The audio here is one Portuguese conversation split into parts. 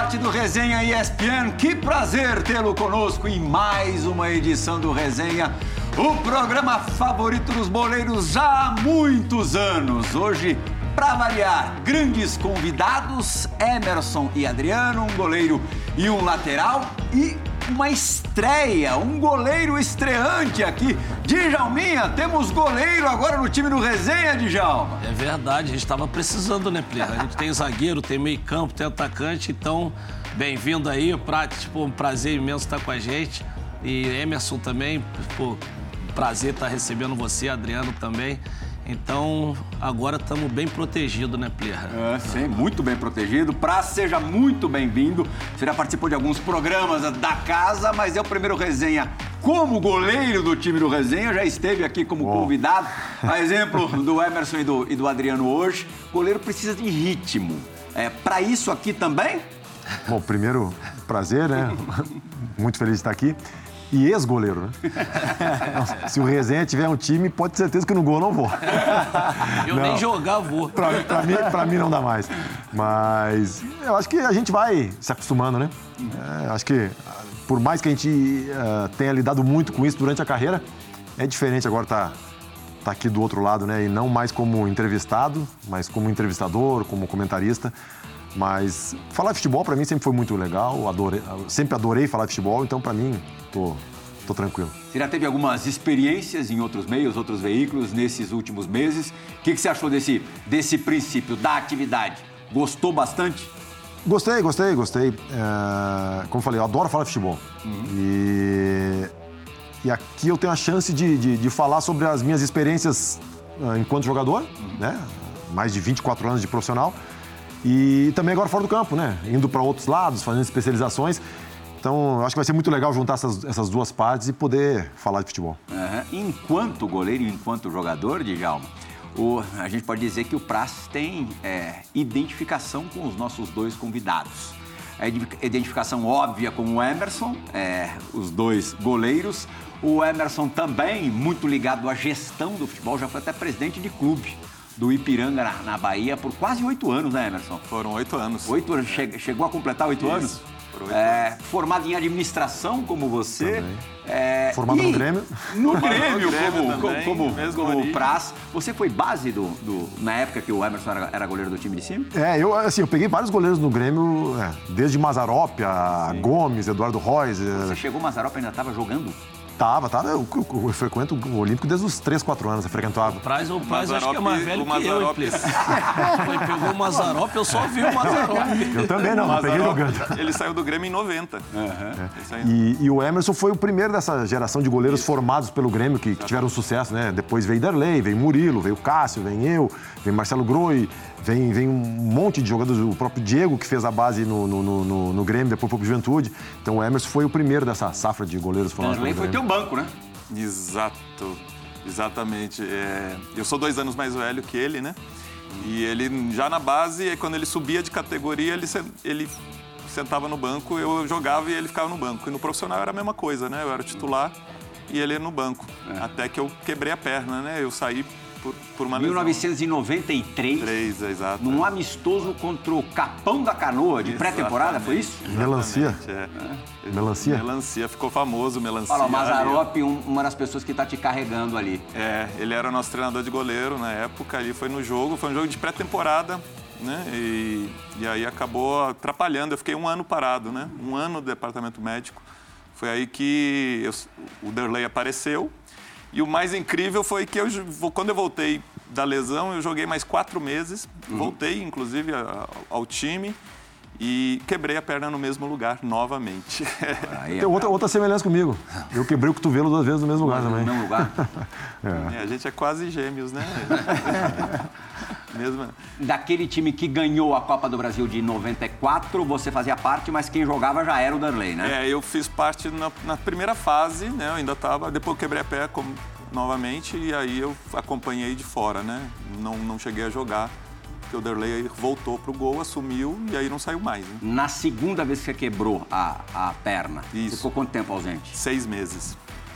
Fiote do Resenha ESPN, que prazer tê-lo conosco em mais uma edição do Resenha, o programa favorito dos boleiros já há muitos anos. Hoje, para variar, grandes convidados, Emerson e Adriano, um goleiro e um lateral, e uma estreia, um goleiro estreante aqui. Djalminha, temos goleiro agora no time do Resenha, Djalma. É verdade, a gente estava precisando, né, Plirra? A gente tem zagueiro, tem meio campo, tem atacante, então bem-vindo aí, um prazer imenso estar com a gente. E Emerson também, prazer estar recebendo você, Adriano também. Então, agora estamos bem protegidos, né, Plirra? Sim, muito bem protegido. Seja muito bem-vindo. Você já participou de alguns programas da casa, mas é o primeiro Resenha como goleiro do time do Resenha. Já esteve aqui como convidado. A exemplo do Emerson e do Adriano hoje. O goleiro precisa de ritmo. Para isso aqui também? Bom, primeiro, prazer, né? Muito feliz de estar aqui. E ex-goleiro, né? Se o Resenha tiver um time, pode ter certeza que no gol eu não vou. Eu nem jogar vou. Pra mim não dá mais. Mas eu acho que a gente vai se acostumando, né? Acho que por mais que a gente tenha lidado muito com isso durante a carreira, é diferente agora tá aqui do outro lado, né? E não mais como entrevistado, mas como entrevistador, como comentarista. Mas falar de futebol para mim sempre foi muito legal, sempre adorei falar de futebol, então para mim tô tranquilo. Você já teve algumas experiências em outros meios, outros veículos nesses últimos meses? O que você achou desse princípio, da atividade? Gostou bastante? Gostei. Como eu falei, eu adoro falar de futebol. E aqui eu tenho a chance de falar sobre as minhas experiências enquanto jogador, né? Mais de 24 anos de profissional. E também agora fora do campo, né? Indo para outros lados, fazendo especializações. Então, eu acho que vai ser muito legal juntar essas duas partes e poder falar de futebol. Enquanto goleiro e enquanto jogador, Djalma, a gente pode dizer que o Praz tem identificação com os nossos dois convidados. A identificação óbvia com o Emerson, os dois goleiros. O Emerson também muito ligado à gestão do futebol, já foi até presidente de clube do Ipiranga, na Bahia, por quase 8 anos, né, Emerson? Foram 8 anos. 8 anos. Chegou a completar 8 anos? Por 8 anos. Formado em administração, como você. Formado no Grêmio. No Grêmio, como o Praz. Você foi base na época que o Emerson era goleiro do time de cima? Eu peguei vários goleiros no Grêmio, desde Mazzaropi, Gomes, Eduardo Reus. Você chegou, o Mazzaropi ainda estava jogando? Tava. Eu frequento o Olímpico desde os 3, 4 anos, eu frequentava. O Praz acho que é mais velho que eu, hein, Plirra? Ele pegou o Mazzaropi, eu só vi o Mazzaropi. Eu também não peguei jogando. Ele saiu do Grêmio em 90. E o Emerson foi o primeiro dessa geração de goleiros formados pelo Grêmio, que tiveram sucesso, né? Depois veio Derlei, veio Murilo, veio Cássio, veio Marcelo Groi, vem um monte de jogadores, o próprio Diego, que fez a base no Grêmio, depois foi pro Juventude. Então o Emerson foi o primeiro dessa safra de goleiros formados pelo Grêmio. Foi teu banco, né? Exatamente. Eu sou 2 anos mais velho que ele, né? E ele já na base, quando ele subia de categoria, ele sentava no banco, eu jogava e ele ficava no banco. E no profissional era a mesma coisa, né? Eu era titular e ele ia no banco. Até que eu quebrei a perna, né? Eu saí por uma lesão. 1993, exato. Num amistoso contra o Capão da Canoa, de pré-temporada, foi isso? Melancia. Melancia, ficou famoso, Melancia. Olha, o Mazzaropi, uma das pessoas que está te carregando ali. Ele era o nosso treinador de goleiro na época, ali foi um jogo de pré-temporada, né? E aí acabou atrapalhando, eu fiquei 1 ano parado, né? 1 ano no departamento médico. Foi aí que o Derlei apareceu. E o mais incrível foi que quando eu voltei da lesão, eu joguei mais 4 meses. Voltei, inclusive, ao time e quebrei a perna no mesmo lugar, novamente. Tem outra semelhança comigo. Eu quebrei o cotovelo 2 vezes no mesmo lugar também. No mesmo lugar? A gente é quase gêmeos, né? Mesmo. Daquele time que ganhou a Copa do Brasil de 94, você fazia parte, mas quem jogava já era o Derlei, né? Eu fiz parte na primeira fase, né? Eu ainda estava... Depois eu quebrei a perna novamente e aí eu acompanhei de fora, né? Não cheguei a jogar, porque o Derlei voltou pro gol, assumiu e aí não saiu mais, né? Na segunda vez que você quebrou a perna, Isso. ficou quanto tempo ausente? 6 meses.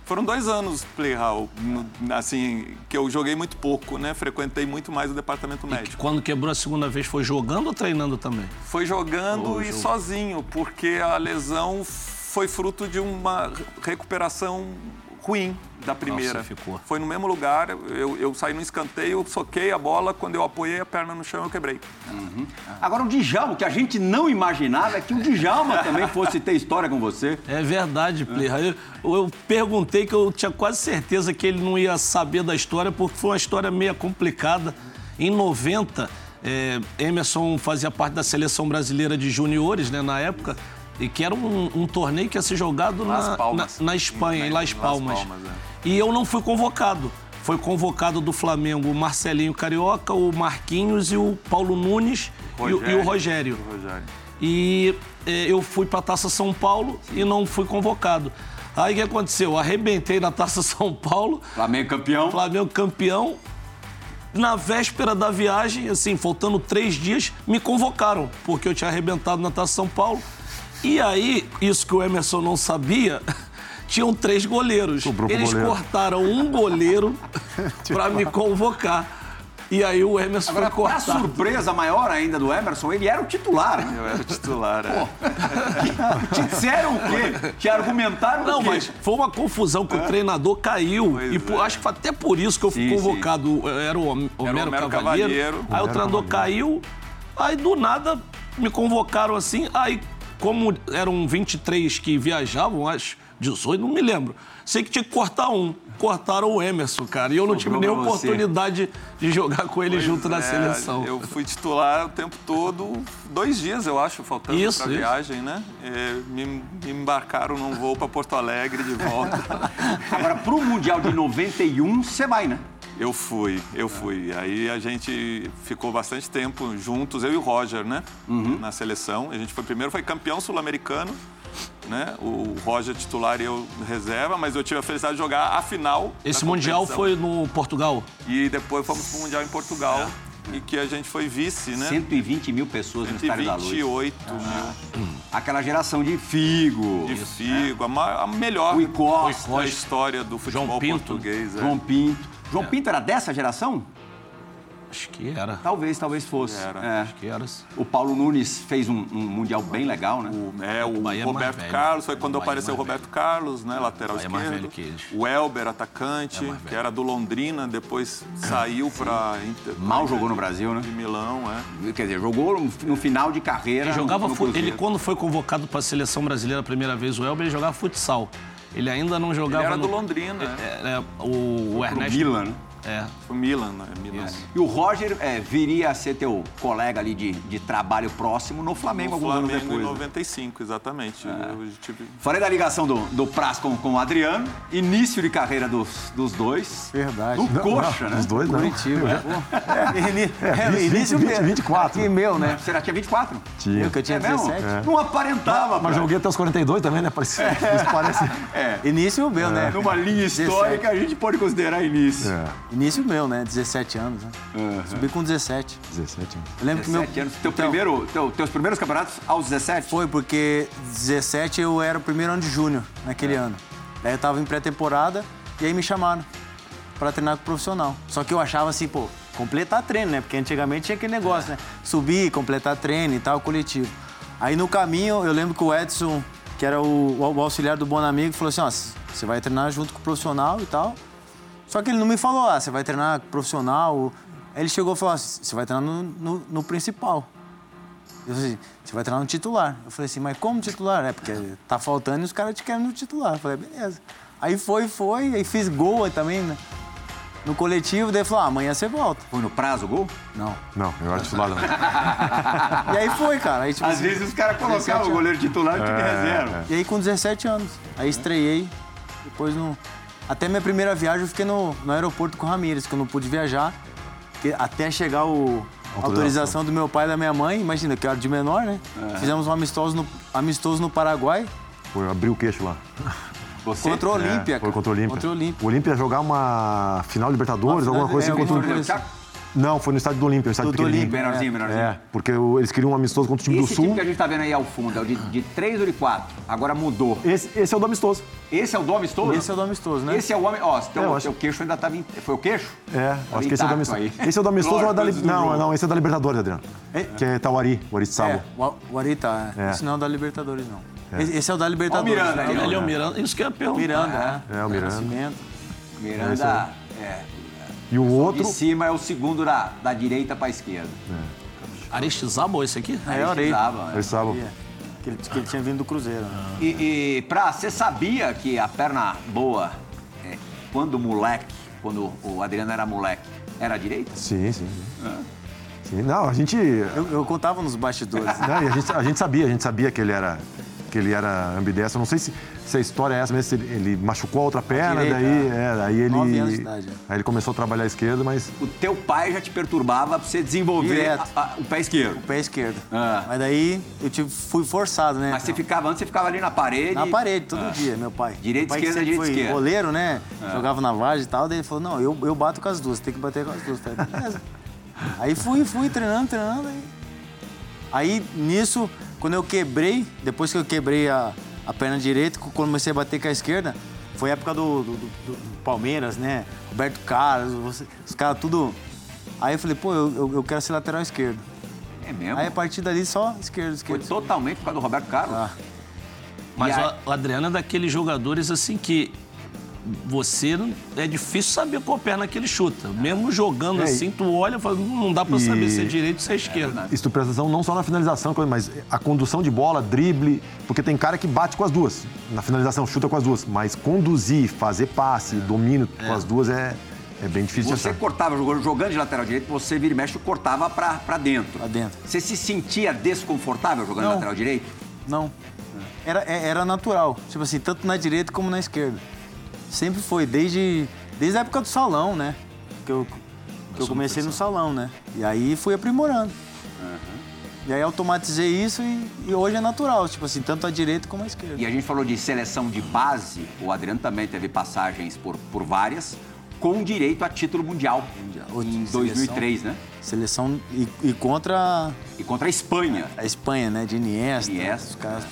Foram 2 anos playhall, assim, que eu joguei muito pouco, né? Frequentei muito mais o departamento médico. Quando quebrou a segunda vez, foi jogando ou treinando também? Foi jogando e sozinho, porque a lesão foi fruto de uma recuperação ruim da primeira. Nossa, ficou. Foi no mesmo lugar, eu saí no escanteio, soquei a bola, quando eu apoiei a perna no chão, eu quebrei. Agora, o Djalma, o que a gente não imaginava é que o Djalma também fosse ter história com você. É verdade, Plirra. Eu perguntei que eu tinha quase certeza que ele não ia saber da história, porque foi uma história meio complicada. Em 90, Emerson fazia parte da seleção brasileira de juniores, né, na época, e que era um torneio que ia ser jogado na Espanha, em Las Palmas. E eu não fui convocado. Foi convocado do Flamengo o Marcelinho Carioca, o Marquinhos e o Paulo Nunes e o Rogério. E eu fui para a Taça São Paulo e não fui convocado. Aí o que aconteceu? Eu arrebentei na Taça São Paulo. Flamengo campeão. Flamengo campeão. Na véspera da viagem, assim, faltando 3 dias, me convocaram, porque eu tinha arrebentado na Taça São Paulo. E aí, isso que o Emerson não sabia, tinham 3 goleiros. Eles cortaram um goleiro para me convocar. E aí o Emerson Agora, foi cortado. Agora, surpresa maior ainda do Emerson, ele era o titular. Eu era o titular, Te disseram o quê? Te argumentaram o quê? Não, mas foi uma confusão que o treinador caiu. Acho que foi até por isso que eu fui convocado. Era o Homero Cavalheiro. Aí o treinador caiu. Aí do nada me convocaram assim. Aí, como eram 23 que viajavam, acho 18, não me lembro. Sei que tinha que cortar um. Cortaram o Emerson, cara. E eu não tive nem oportunidade de jogar com ele junto na seleção. Eu fui titular o tempo todo, 2 dias, eu acho, faltando pra viagem, né? Me embarcaram num voo para Porto Alegre de volta. Agora, pro Mundial de 91, você vai, né? Eu fui. Aí a gente ficou bastante tempo juntos, eu e o Roger, né? Na seleção. A gente primeiro foi campeão sul-americano, né? O Roger titular e eu reserva, mas eu tive a felicidade de jogar a final. Esse Mundial foi no Portugal? E depois fomos pro Mundial em Portugal. E que a gente foi vice, né? 120 mil pessoas no Estádio da Luz. 128 mil. Aquela geração de Figo. A melhor da história do futebol português. João Pinto. João Pinto era dessa geração? Acho que era. Talvez fosse. Acho que era. O Paulo Nunes fez um Mundial bem legal, né? O Roberto Carlos, foi quando apareceu o Roberto Carlos, né? Lateral esquerdo. Mais velho que eles. O Elber, atacante, que era do Londrina, depois saiu para Mal jogou no Brasil, né? De Milão, Quer dizer, jogou no final de carreira. Ele quando foi convocado para a seleção brasileira a primeira vez, o Elber, ele jogava futsal. Ele ainda não jogava. Ele era do Londrina. O Ernesto. Milan, né? Foi Milan, né? Milan. E o Roger viria a ser teu colega ali de trabalho próximo no Flamengo alguns anos depois. Em 95, exatamente. Falei da ligação do Praz com o Adriano, início de carreira dos dois. Verdade. Do Coxa, né? Os dois, não. Curitiba. Início 24. Aqui meu, né? Será que tinha 24? Tinha. Que eu tinha 17. Não aparentava. Mas joguei até os 42 também, né? Isso parece... Início meu, né? Numa linha histórica, a gente pode considerar início. Início meu, né? 17 anos, né? Subi com 17. 17 anos. Eu lembro 17 anos. Teus primeiros campeonatos aos 17? Foi, porque 17 eu era o primeiro ano de júnior naquele ano. Daí eu tava em pré-temporada e aí me chamaram pra treinar com o profissional. Só que eu achava assim, completar treino, né? Porque antigamente tinha aquele negócio, né? Subir, completar treino e tal, coletivo. Aí no caminho, eu lembro que o Edson, que era o auxiliar do Bonamigo, falou assim, você vai treinar junto com o profissional e tal. Só que ele não me falou, você vai treinar com o profissional. Aí ele chegou e falou, você vai treinar no principal. Eu falei assim, você vai treinar no titular. Eu falei assim, mas como titular? Porque tá faltando e os caras te querem no titular. Eu falei, beleza. Aí foi, aí fiz gol também, né? No coletivo, daí ele falou, amanhã você volta. Foi no prazo o gol? Não. Não, eu era titular não. E aí foi, cara. Aí, tipo, Às vezes os caras colocavam o goleiro titular e o time reserva. E aí com 17 anos. Aí estreiei, depois no... Até minha primeira viagem eu fiquei no aeroporto com o Ramírez, que eu não pude viajar. Até chegar a autorização do meu pai e da minha mãe, imagina, que eu era de menor, né? Fizemos um amistoso no Paraguai. Foi, abrir o queixo lá. Contra o Olímpia, Foi contra o Olímpia. Contra o Olímpia. O Olímpia ia jogar uma final de Libertadores, alguma coisa assim contra o Olímpia. Não, foi no estádio do Olímpia, o estádio pequenininho. Menorzinho. É, porque eles queriam um amistoso contra o time do Esse Sul. time que a gente tá vendo aí ao fundo, é o de 3 ou de 4? Agora mudou. Esse é o do amistoso. Esse é o do amistoso? Esse é o do amistoso, né? Esse é o homem... Ó, eu acho- teu queixo ainda tava... Foi o queixo? É, Tava acho que esse é o do intacto amistoso. aí. Esse é o do amistoso ou é da Coisas do jogo. Não, esse é da Libertadores, Adriano. Que é Tauari, o Aristizábal. O Arita, esse não é o da Libertadores, não. Esse é o da Ó o Libertadores. Miranda né? aí, Ele é o Miranda. Isso que eu ia perguntar. Miranda, É, o Miranda. Nascimento. Miranda... E o outro... De cima é o segundo da direita pra esquerda. Aristizábal esse aqui? É, o Arita. Precisava, né? Aristizábal. Que ele tinha vindo do Cruzeiro. Né? E você sabia que a perna boa, quando o Adriano era moleque, era a direita? Sim. Sim, não, a gente... Eu contava nos bastidores. Não, e a gente sabia que ele era ambidestro. Não sei se a história é essa mesmo, se ele machucou a outra perna, direita, daí ele... 9 anos de idade. Aí ele começou a trabalhar a esquerda, mas... O teu pai já te perturbava pra você desenvolver Direto. o pé esquerdo. O pé esquerdo. Ah. Mas daí fui forçado, né? Mas antes você ficava ali na parede. Na parede, todo dia, meu pai. Direita, Meu pai que esquerda, sempre direita, foi esquerda. goleiro, né? Jogava na Vargem e tal. Daí ele falou, não, eu bato com as duas, tem que bater com as duas. Falei, beleza. Aí fui treinando. Aí, nisso, quando eu quebrei, depois que eu quebrei a perna direita, quando comecei a bater com a esquerda, foi a época do Palmeiras, né? Roberto Carlos, os caras tudo... Aí eu falei, pô, eu quero ser lateral esquerdo. É mesmo? Aí a partir dali só esquerdo. Foi totalmente por causa do Roberto Carlos? Ah. Mas E aí- o Adriano é daqueles jogadores assim que é difícil saber qual perna que ele chuta. Mesmo jogando assim, tu olha e fala, não dá pra saber se é direito ou se é esquerda. Isso tu presta atenção não só na finalização, mas a condução de bola, drible, porque tem cara que bate com as duas. Na finalização, chuta com as duas. Mas conduzir, fazer passe, domínio com as duas é bem difícil de Você achar. cortava, jogando de lateral direito, você vira e mexe e cortava pra dentro. Pra dentro. Você se sentia desconfortável jogando Não. lateral direito? Não. Era natural. Tipo assim, tanto na direita como na esquerda. Sempre foi, desde a época do salão, né? Que eu comecei no salão, né? E aí fui aprimorando. E aí automatizei isso e hoje é natural. Tipo assim, tanto a direita como a esquerda. E a gente falou de seleção de base, o Adriano também teve passagens por várias, com direito a título mundial, em 2003, né? Seleção e contra E contra a Espanha. a Espanha, né? De Iniesta. Iniesta. Os caras...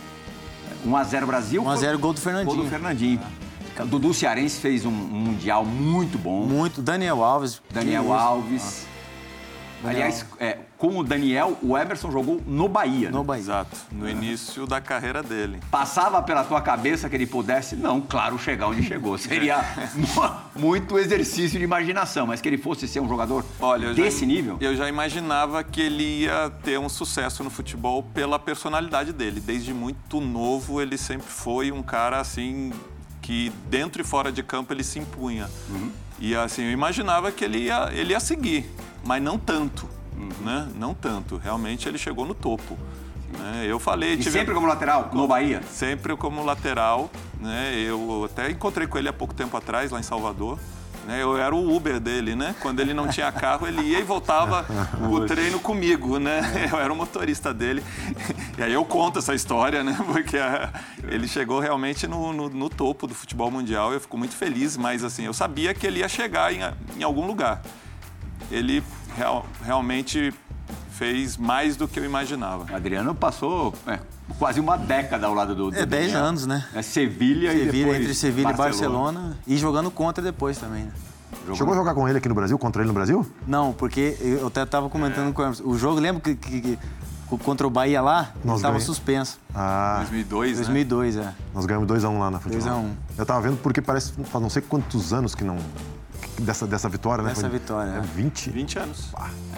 1x0 Brasil. 1x0 gol do Fernandinho. Gol do Fernandinho. O Dudu Cearense fez um mundial muito bom. Muito. Daniel Alves. Daniel que isso. Alves. Aliás, com o Daniel, o Emerson jogou no Bahia. No né? Bahia. Exato, no início da carreira dele. Passava pela tua cabeça que ele pudesse, não, claro, chegar onde chegou. Seria muito exercício de imaginação, mas que ele fosse ser um jogador desse nível. Eu já imaginava que ele ia ter um sucesso no futebol pela personalidade dele. Desde muito novo, ele sempre foi um cara assim que dentro e fora de campo ele se impunha. E assim, eu imaginava que ele ia seguir, mas não tanto, né? Não tanto. Realmente ele chegou no topo. Né? Eu falei... E sempre como lateral, no Bahia? Sempre como lateral, né? Eu até encontrei com ele há pouco tempo atrás, lá em Salvador. Né? Eu era o Uber dele, né? Quando ele não tinha carro, ele ia e voltava o treino comigo, né? Eu era o motorista dele. E aí eu conto essa história, né? Porque ele chegou realmente no topo do futebol mundial. Eu fico muito feliz, mas assim, eu sabia que ele ia chegar em algum lugar. Ele realmente fez mais do que eu imaginava. O Adriano passou quase uma década ao lado do 10 Daniel. anos, né? Sevilha e depois entre Sevilha e Barcelona. E jogando contra depois também, né? Chegou a jogar com ele aqui no Brasil, contra ele no Brasil? Não, porque eu até tava comentando com o Emerson. O jogo, lembra que contra o Bahia lá, Nós estava ganhamos. suspenso. 2002, né? 2002, Nós ganhamos 2-1 lá na futebol. 2-1. Eu tava vendo porque parece faz não sei quantos anos que não... Dessa vitória, né? Dessa vitória, é. 20? 20 anos.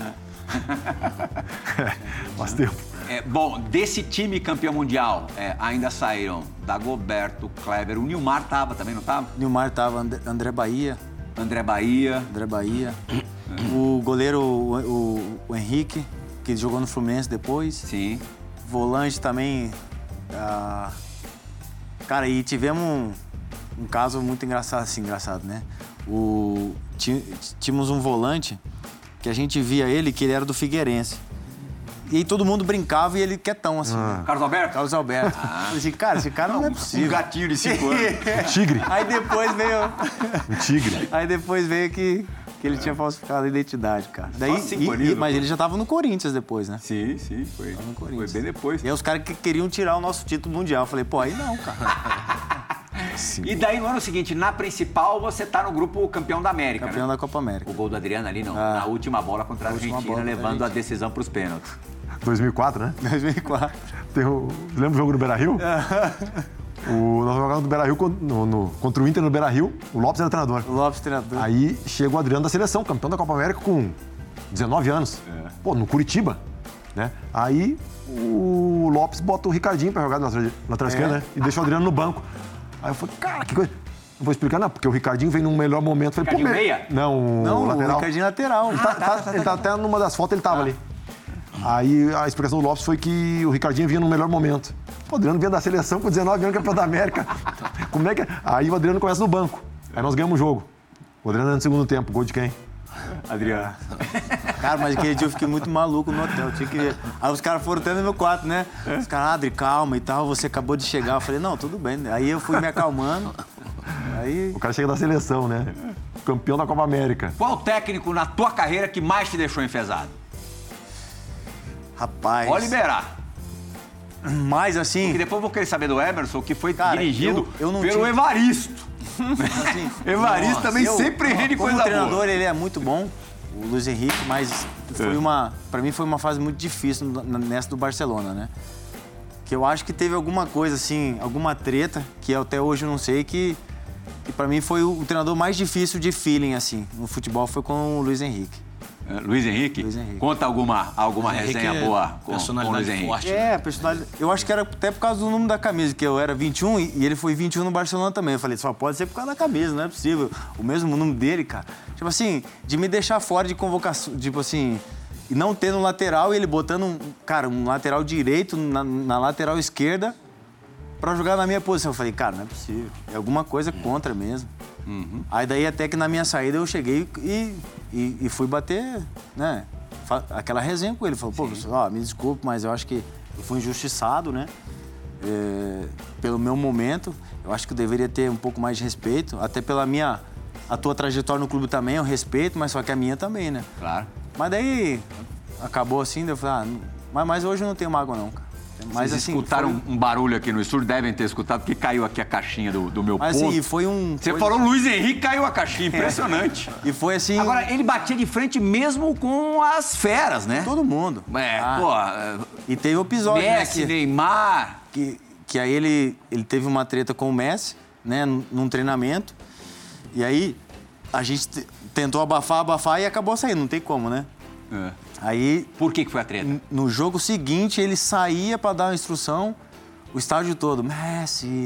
Faz tempo. Bom, desse time campeão mundial, ainda saíram Dagoberto, Kleber, o Nilmar tava também, não tava? Nilmar tava, André Bahia. André Bahia. O goleiro, o Henrique, que jogou no Fluminense depois. Sim. Volante também. Cara, e tivemos um caso muito engraçado, né? Tínhamos um volante que a gente via ele, que ele era do Figueirense. E aí todo mundo brincava e ele quietão, assim. Carlos Alberto? Carlos Alberto. Eu disse, cara, esse cara não é Um possível. gatinho de 5 anos. Tigre. Aí depois veio... Um tigre. Aí depois veio que que ele tinha falsificado a identidade, cara. Daí, 5 anos. mas ele já tava no Corinthians depois, né? Sim, foi. no Foi Corinthians. bem depois. E aí os caras que queriam tirar o nosso título mundial. Eu falei, pô, aí não, cara. E daí, no ano seguinte, na principal, você tá no grupo campeão da América, Campeão né? da Copa América. O gol do Adriano ali, na última bola contra a última Argentina, bola contra a levando a Argentina. decisão pros pênaltis. 2004, né? 2004. Lembra o jogo do Beira-Rio? Nós jogávamos do Beira-Rio contra o Inter no Beira-Rio. O Lopes era treinador. O Lopes, treinador. Aí chega o Adriano da seleção, campeão da Copa América com 19 anos. Pô, no Curitiba, né? Aí o Lopes bota o Ricardinho pra jogar na lateral esquerda, né? E deixa o Adriano no banco. Aí eu falei, cara, que coisa... Não vou explicar, não, porque o Ricardinho vem num melhor momento. Falei, Ricardinho meia? Não, Não, o lateral. o Ricardinho lateral. Ele tá até numa das fotos, ele tava ali. Aí a explicação do Lopes foi que o Ricardinho vinha no melhor momento. O Adriano vinha da seleção com 19 anos, campeão da América. Como é que é? Aí o Adriano começa no banco. Aí nós ganhamos o jogo. O Adriano no segundo tempo. Gol de quem? Adriano. Cara, mas aquele dia eu fiquei muito maluco no hotel. Tinha que ver. Aí os caras foram até no meu quarto, né? Os caras, Adri, calma e tal, você acabou de chegar. Eu falei, não, tudo bem. Aí eu fui me acalmando. Aí... O cara chega da seleção, né? Campeão da Copa América. Qual técnico na tua carreira que mais te deixou enfesado? Rapaz... Pode liberar. Mas assim... Porque depois eu vou querer saber do Emerson, que foi Cara, dirigido eu não pelo tinha- Evaristo. assim, Evaristo também sempre rende como coisa treinador, boa. ele é muito bom, o Luiz Henrique, mas pra mim foi uma fase muito difícil nessa do Barcelona, né? Que eu acho que teve alguma coisa assim, alguma treta, que até hoje eu não sei, que pra mim foi o treinador mais difícil de feeling, assim, no futebol, foi com o Luiz Henrique. Luiz Henrique? Luiz Henrique. Conta alguma resenha boa com o Luiz personalidade Henrique. forte. É, personalidade. Eu acho que era até por causa do número da camisa, que eu era 21 e ele foi 21 no Barcelona também. Eu falei, só pode ser por causa da camisa, não é possível. O mesmo número dele, cara. Tipo assim, de me deixar fora de convocação, tipo assim, e não ter no lateral e ele botando, um lateral direito na lateral esquerda pra jogar na minha posição. Eu falei, cara, não é possível. É alguma coisa contra mesmo. Aí daí até que na minha saída eu cheguei e fui bater, né? Aquela resenha com ele. Falou, pô, professor, me desculpe, mas eu acho que eu fui injustiçado, né? Pelo meu momento. Eu acho que eu deveria ter um pouco mais de respeito. Até a tua trajetória no clube também, eu respeito, mas só que a minha também, né? Claro. Mas daí acabou assim, daí eu falei, mas hoje eu não tenho mágoa não, cara. Mas Vocês assim, escutaram um barulho aqui no estúdio, devem ter escutado, porque caiu aqui a caixinha do meu Mas posto. assim, foi um... Você falou Luiz Henrique, caiu a caixinha, impressionante. E foi assim... Agora, ele batia de frente mesmo com as feras, né? Todo mundo. E teve um episódio, Messi, né, Neymar... que aí ele teve uma treta com o Messi, né, num treinamento. E aí a gente tentou abafar e acabou saindo, não tem como, né? Aí, Por que foi a treta? no jogo seguinte, ele saía pra dar uma instrução, o estádio todo, Messi.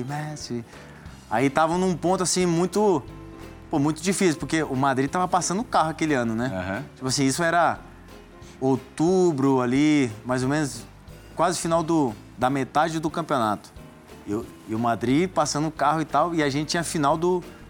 Aí tava num ponto assim muito difícil, porque o Madrid tava passando o carro aquele ano, né? Tipo assim, isso era outubro ali, mais ou menos, quase final da metade do campeonato. E o Madrid passando o carro e tal, e a gente tinha final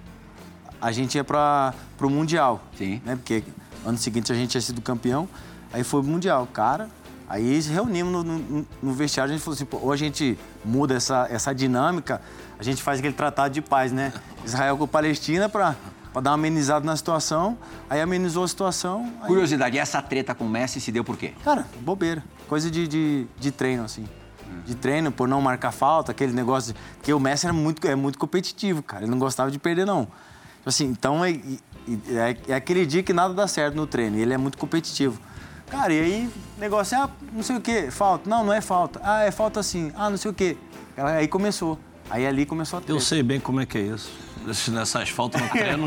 a gente ia pro Mundial. Sim. Né? Porque ano seguinte a gente tinha sido campeão, aí foi pro Mundial. Cara, aí se reunimos no vestiário, a gente falou assim, pô, ou a gente muda essa dinâmica, a gente faz aquele tratado de paz, né? Israel com a Palestina pra dar uma amenizada na situação, aí amenizou a situação. Aí... Curiosidade, essa treta com o Messi se deu por quê? Cara, bobeira. Coisa de treino, assim. De treino, por não marcar falta, aquele negócio... Porque o Messi é muito competitivo, cara. Ele não gostava de perder, não. Assim, então, é aquele dia que nada dá certo no treino. E ele é muito competitivo. Cara, e aí, negócio, não sei o quê, falta. Não é falta. É falta assim. Não sei o quê. Aí começou. Aí ali começou a treta. Eu sei bem como é que é isso. Nessas faltas no treino.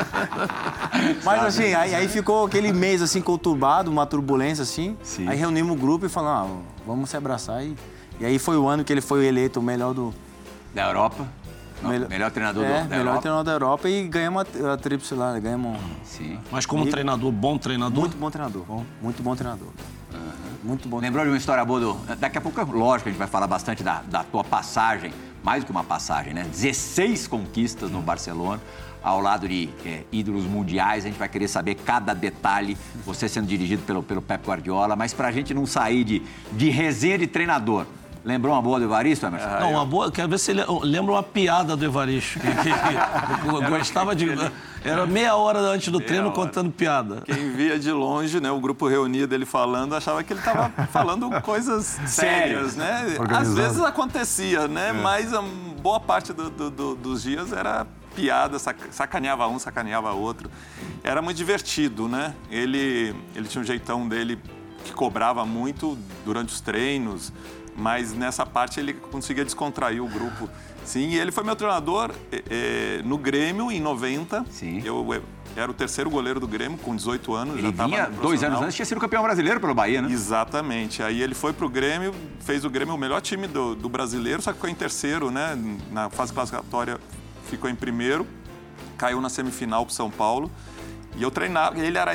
Mas assim, aí ficou aquele mês assim conturbado, uma turbulência assim. Sim. Aí reunimos o grupo e falamos, vamos se abraçar. E aí foi o ano que ele foi eleito o melhor Da Europa? Não, melhor treinador da melhor Europa? treinador da Europa e ganhamos a tríplice lá, né? Ganhamos Sim. Mas como treinador, bom treinador? muito bom treinador. Muito bom treinador. Muito bom. Lembrou de uma história boa Daqui a pouco, lógico, a gente vai falar bastante da tua passagem, mais do que uma passagem, né? 16 conquistas no Barcelona, ao lado de ídolos mundiais. A gente vai querer saber cada detalhe, você sendo dirigido pelo Pep Guardiola, mas pra gente não sair de resenha de treinador. Lembrou uma boa do Evaristo, Emerson? Não, uma boa... Quero ver se ele lembra uma piada do Evaristo. Eu gostava de... Era meia hora antes do treino contando piada. Quem via de longe, né, o grupo reunido ele falando, achava que ele estava falando coisas sérias, né? Às vezes acontecia, né? Mas a boa parte dos dias era piada, sacaneava um, sacaneava outro. Era muito divertido, né? Ele tinha um jeitão dele que cobrava muito durante os treinos, mas nessa parte ele conseguia descontrair o grupo. Sim, e ele foi meu treinador no Grêmio em 90. Sim. Eu era o terceiro goleiro do Grêmio, com 18 anos. Ele vinha 2 anos antes, tinha sido campeão brasileiro pelo Bahia, né? Exatamente. Aí ele foi pro Grêmio, fez o Grêmio o melhor time do brasileiro, só que ficou em terceiro, né? Na fase classificatória ficou em primeiro, caiu na semifinal pro São Paulo. E eu treinava,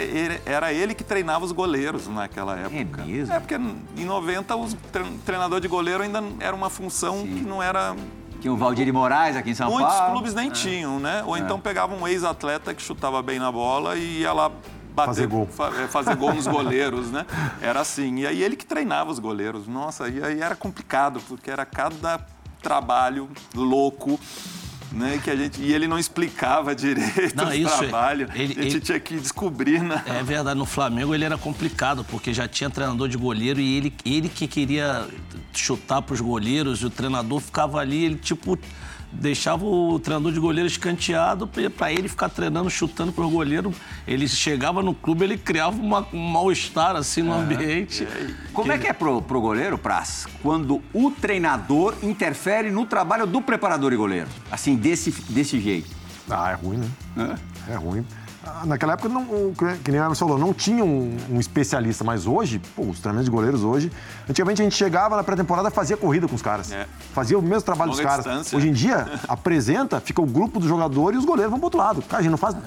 era ele que treinava os goleiros naquela época. É mesmo? Porque em 90 o treinador de goleiro ainda era uma função que não era... Tinha o Valdir de Moraes aqui em São Paulo. Muitos clubes nem tinham, né? Ou então pegavam um ex-atleta que chutava bem na bola e ia lá bater, fazer gol nos goleiros, né? Era assim. E aí ele que treinava os goleiros. Nossa, e aí era complicado, porque era cada trabalho louco, né? E ele não explicava direito o trabalho. A gente tinha que descobrir, né? É verdade, no Flamengo ele era complicado, porque já tinha treinador de goleiro e ele que queria chutar para os goleiros, e o treinador ficava ali, ele tipo deixava o treinador de goleiro escanteado para ele ficar treinando, chutando para o goleiro. Ele chegava no clube, ele criava um mal-estar assim no ambiente. Como é que é pro goleiro, Praz, quando o treinador interfere no trabalho do preparador e goleiro? Assim, desse jeito. É ruim, né? É ruim. Naquela época, que nem o Emerson falou, não tinha um especialista, mas hoje, os treinamentos de goleiros hoje, antigamente a gente chegava na pré-temporada e fazia corrida com os caras. Fazia o mesmo trabalho dos caras. Distância. Hoje em dia, apresenta, fica o grupo do jogador e os goleiros vão pro outro lado. Cara,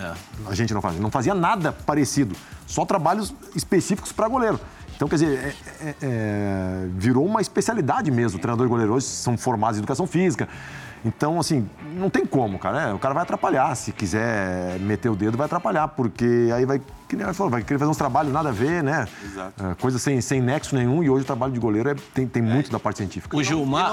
não fazia nada parecido, só trabalhos específicos para goleiro. Então, quer dizer, virou uma especialidade mesmo. O treinador e goleiro hoje são formados em educação física. Então, assim, não tem como, cara. O cara vai atrapalhar. Se quiser meter o dedo, vai atrapalhar. Porque aí vai, que nem ele falou, vai querer fazer uns trabalhos nada a ver, né? Exato. Coisa sem nexo nenhum. E hoje o trabalho de goleiro tem muito da parte científica. O Gilmar...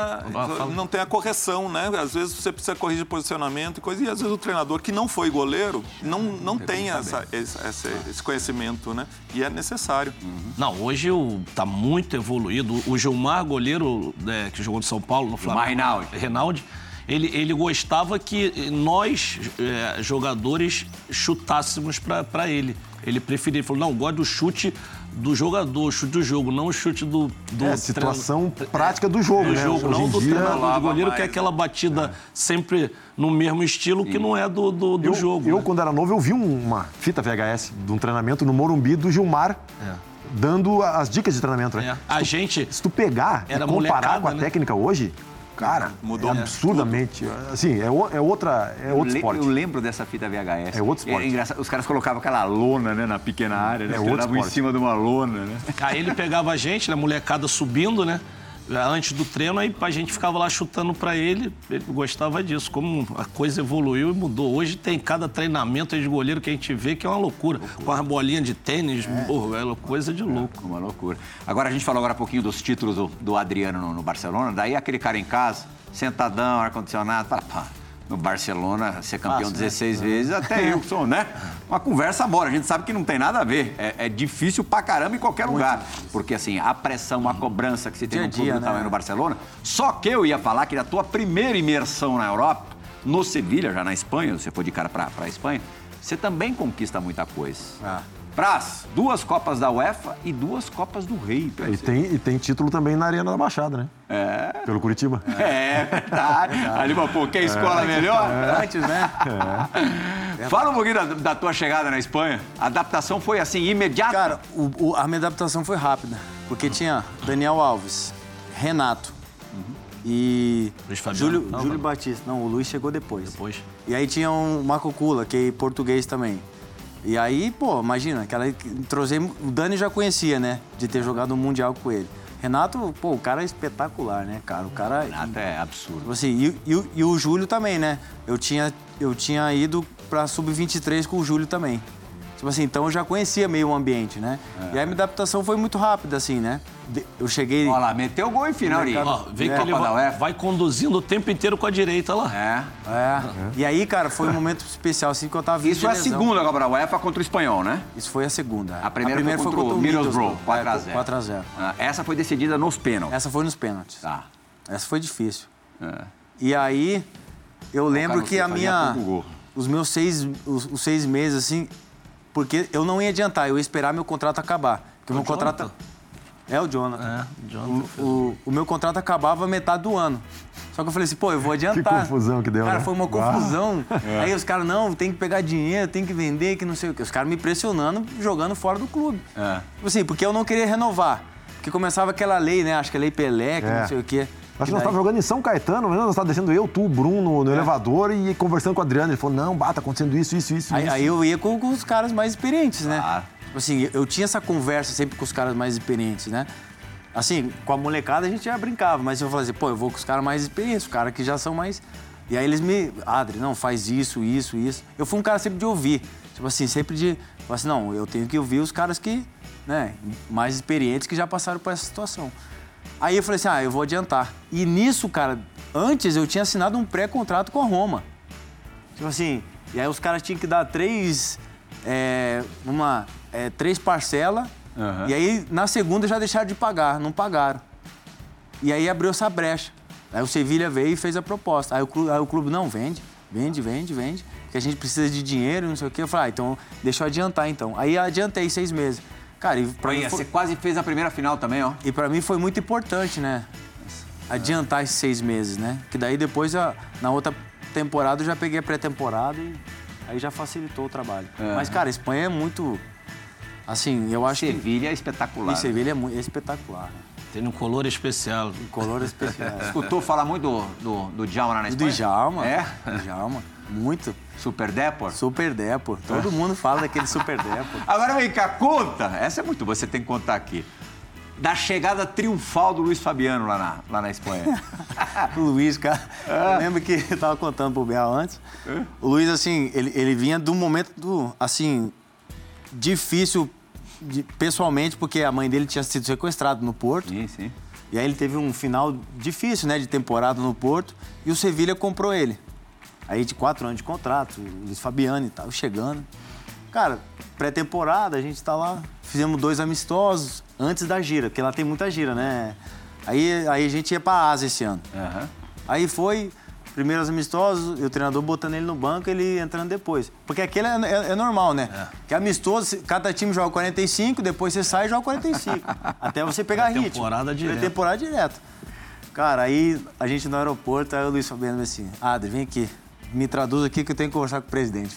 Não tem a correção, né? Às vezes você precisa corrigir posicionamento e coisa. E às vezes o treinador que não foi goleiro não tem esse conhecimento, né? E é necessário. Não, hoje tá muito evoluído. O Gilmar, goleiro que jogou de São Paulo no Flamengo. Reinaldi. Ele gostava que nós, jogadores, chutássemos para ele. Ele preferia, ele falou, não, gosto do chute do jogador, chute do jogo, não o chute do situação prática do jogo, né? Jogo, não do treinador, do goleiro, mais, que é aquela batida sempre no mesmo estilo, que não é do jogo. Eu, quando era novo, eu vi uma fita VHS de um treinamento no Morumbi do Gilmar, dando as dicas de treinamento, né? Se tu pegar e comparar com a técnica hoje... Cara, mudou absurdamente. Tudo. Assim, é outro esporte. Eu lembro dessa fita VHS. É outro esporte. É engraçado. Os caras colocavam aquela lona, né, na pequena área, né? Outro em cima de uma lona, né? Aí ele pegava a gente, a molecada subindo, né? Antes do treino, aí a gente ficava lá chutando pra ele. Ele gostava disso. Como a coisa evoluiu e mudou. Hoje tem cada treinamento de goleiro que a gente vê que é uma loucura. Com as bolinhas de tênis, é coisa de louco. Uma loucura. Agora, a gente falou agora um pouquinho dos títulos do Adriano no Barcelona. Daí aquele cara em casa, sentadão, ar-condicionado, fala, no Barcelona, ser campeão 16 vezes, até eu que sou, né? Uma conversa bora, a gente sabe que não tem nada a ver. É difícil pra caramba em qualquer lugar. Porque, assim, a pressão, a cobrança que você tem no clube do tamanho no Barcelona. Só que eu ia falar que a tua primeira imersão na Europa, no Sevilha, já na Espanha, você foi de cara pra Espanha, você também conquista muita coisa. Praz, 2 Copas da UEFA e 2 Copas do Rei. E tem título também na Arena da Baixada, né? Pelo Curitiba. É verdade. Ali, pô, quer escola melhor? Antes, né? Fala um pouquinho da tua chegada na Espanha. A adaptação foi assim, imediata? Cara, a minha adaptação foi rápida. Porque tinha Daniel Alves, Renato e Júlio Batista. Não, o Luiz chegou depois. E aí tinha um Marco Cula, que é português também. E aí, pô, imagina, o Dani já conhecia, né? De ter jogado um Mundial com ele. Renato, pô, o cara é espetacular, né, cara? Renato é absurdo. Assim, e o Júlio também, né? Eu tinha ido pra Sub-23 com o Júlio também. Tipo assim, então eu já conhecia meio o ambiente, né? E aí a minha adaptação foi muito rápida, assim, né? Eu cheguei... Olha lá, meteu o gol em final, Uri. Ó, vê que ele vai conduzindo o tempo inteiro com a direita lá. E aí, cara, foi um momento especial, assim, que eu tava vindo Isso é a segunda Copa da UEFA contra o Espanhol, né? Isso foi a segunda. A primeira foi contra o Middlesbrough, 4-0. 4-0. Essa foi decidida nos pênaltis. Essa foi nos pênaltis. Tá. Essa foi difícil. E aí, eu lembro que os meus 6 meses, assim... Porque eu não ia adiantar, eu ia esperar meu contrato acabar. Porque o meu contrato... É o Jonathan. O meu contrato acabava metade do ano. Só que eu falei assim, pô, eu vou adiantar. Que confusão que deu, cara, né? foi uma confusão. Aí os caras, não, tem que pegar dinheiro, tem que vender, que não sei o quê. Os caras me pressionando, jogando fora do clube. Tipo assim, porque eu não queria renovar. Porque começava aquela lei, né? Acho que a Lei Pelé, que não sei o quê. Acho que nós estávamos jogando em São Caetano, nós estávamos descendo eu, tu, o Bruno, no elevador e conversando com o Adriano. Ele falou, não, tá acontecendo isso. Aí eu ia com os caras mais experientes, né? Tipo assim, eu tinha essa conversa sempre com os caras mais experientes, né? Assim, com a molecada a gente já brincava, mas eu falava assim, pô, eu vou com os caras mais experientes, os caras que já são mais... E aí eles Adri, não, faz isso. Eu fui um cara sempre de ouvir. Tipo assim, sempre de... Falei assim, não, eu tenho que ouvir os caras que, né, mais experientes que já passaram por essa situação. Aí eu falei assim, eu vou adiantar. E nisso, cara, antes eu tinha assinado um pré-contrato com a Roma. Tipo assim, e aí os caras tinham que dar 3 parcelas, e aí na segunda já deixaram de pagar, não pagaram. E aí abriu essa brecha. Aí o Sevilha veio e fez a proposta. Aí o clube, não, vende, porque a gente precisa de dinheiro, não sei o quê. Eu falei, então deixa eu adiantar então. Aí adiantei 6 meses. Cara, e pra mim você quase fez a primeira final também, ó. E pra mim foi muito importante, né? Adiantar esses 6 meses, né? Que daí depois, na outra temporada, eu já peguei a pré-temporada e aí já facilitou o trabalho. Mas, cara, a Espanha é muito... Assim, eu acho Sevilha é espetacular. E Sevilha é espetacular. Tem um color especial. Um color especial. Escutou falar muito do Djalma lá na Espanha? Do Djalma. É? Djalma. Muito. Super Depor? Super Depor. Todo mundo fala daquele Super Depor. Agora vem cá, conta. Essa é muito boa, você tem que contar aqui. Da chegada triunfal do Luiz Fabiano lá na Espanha. O Luiz, cara, eu lembro que eu tava contando pro Biel antes. O Luiz, assim, ele vinha de um momento, assim, difícil pessoalmente, porque a mãe dele tinha sido sequestrada no Porto. Sim. E aí ele teve um final difícil, né, de temporada no Porto, e o Sevilha comprou ele. Aí de 4 anos de contrato, o Luiz Fabiano e tal, chegando. Cara, pré-temporada, a gente tá lá, fizemos 2 amistosos antes da gira, porque lá tem muita gira, né? Aí a gente ia pra Ásia esse ano. Aí foi, primeiros amistosos, e o treinador botando ele no banco, ele entrando depois. Porque aquele é normal, né? Que amistoso, cada time joga 45, depois você sai e joga 45. Até você pegar ritmo. Temporada direto. Cara, aí a gente no aeroporto, aí o Luiz Fabiano assim, Adri, vem aqui, me traduz aqui que eu tenho que conversar com o presidente.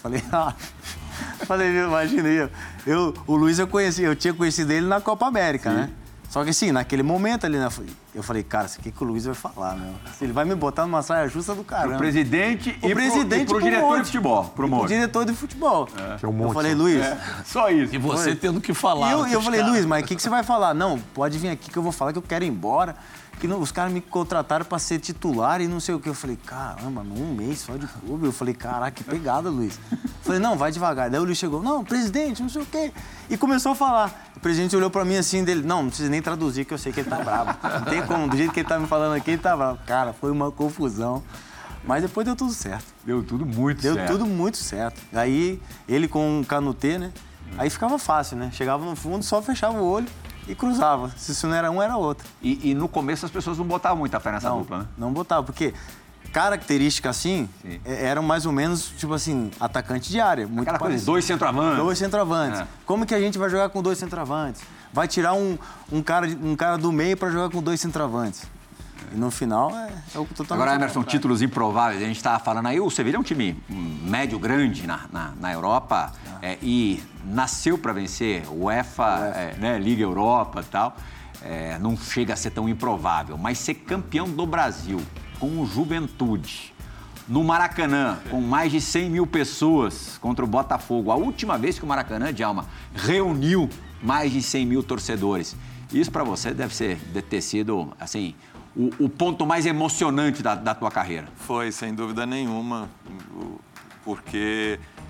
Falei, imagina aí, o Luiz eu tinha conhecido ele na Copa América, né? Só que assim, naquele momento ali, né, eu falei, cara, isso aqui que o Luiz vai falar, meu. Ele vai me botar numa saia justa do caramba. O presidente e pro diretor de futebol, pro Monte. O diretor de futebol. Que é um monte. Eu falei, Luiz... Só isso. E você tendo que falar. E eu falei, Luiz, mas o que você vai falar? Não, pode vir aqui que eu vou falar que eu quero ir embora. Que os caras me contrataram pra ser titular e não sei o quê. Eu falei, caramba, um mês só de clube. Eu falei, caraca, que pegada, Luiz. Eu falei, não, vai devagar. Daí o Luiz chegou, não, presidente, não sei o quê. E começou a falar. O presidente olhou pra mim assim, dele, não precisa nem traduzir, que eu sei que ele tá bravo. Não tem como, do jeito que ele tá me falando aqui, ele tá bravo. Cara, foi uma confusão. Mas depois deu tudo certo. Deu tudo muito certo. Deu tudo muito certo. Aí, ele com um canutê, né? Aí ficava fácil, né? Chegava no fundo, só fechava o olho e cruzava. Se isso não era um, era outro. E no começo as pessoas não botavam muita fé nessa dupla, né? Não botavam, porque característica assim, eram mais ou menos, tipo assim, atacante de área. Muito aquela coisa, 2 centroavantes. 2 centroavantes. Como que a gente vai jogar com 2 centroavantes? Vai tirar um cara do meio para jogar com 2 centroavantes. E no final é o totalmente... Agora, Emerson, títulos improváveis. A gente estava falando aí, o Sevilha é um time médio, grande na Europa e nasceu para vencer o UEFA, Liga Europa e tal. Não chega a ser tão improvável, mas ser campeão do Brasil com o Juventude, no Maracanã, com mais de 100 mil pessoas contra o Botafogo. A última vez que o Maracanã, Djalma, reuniu mais de 100 mil torcedores. Isso para você deve ter sido, assim, o ponto mais emocionante da tua carreira. Foi, sem dúvida nenhuma, porque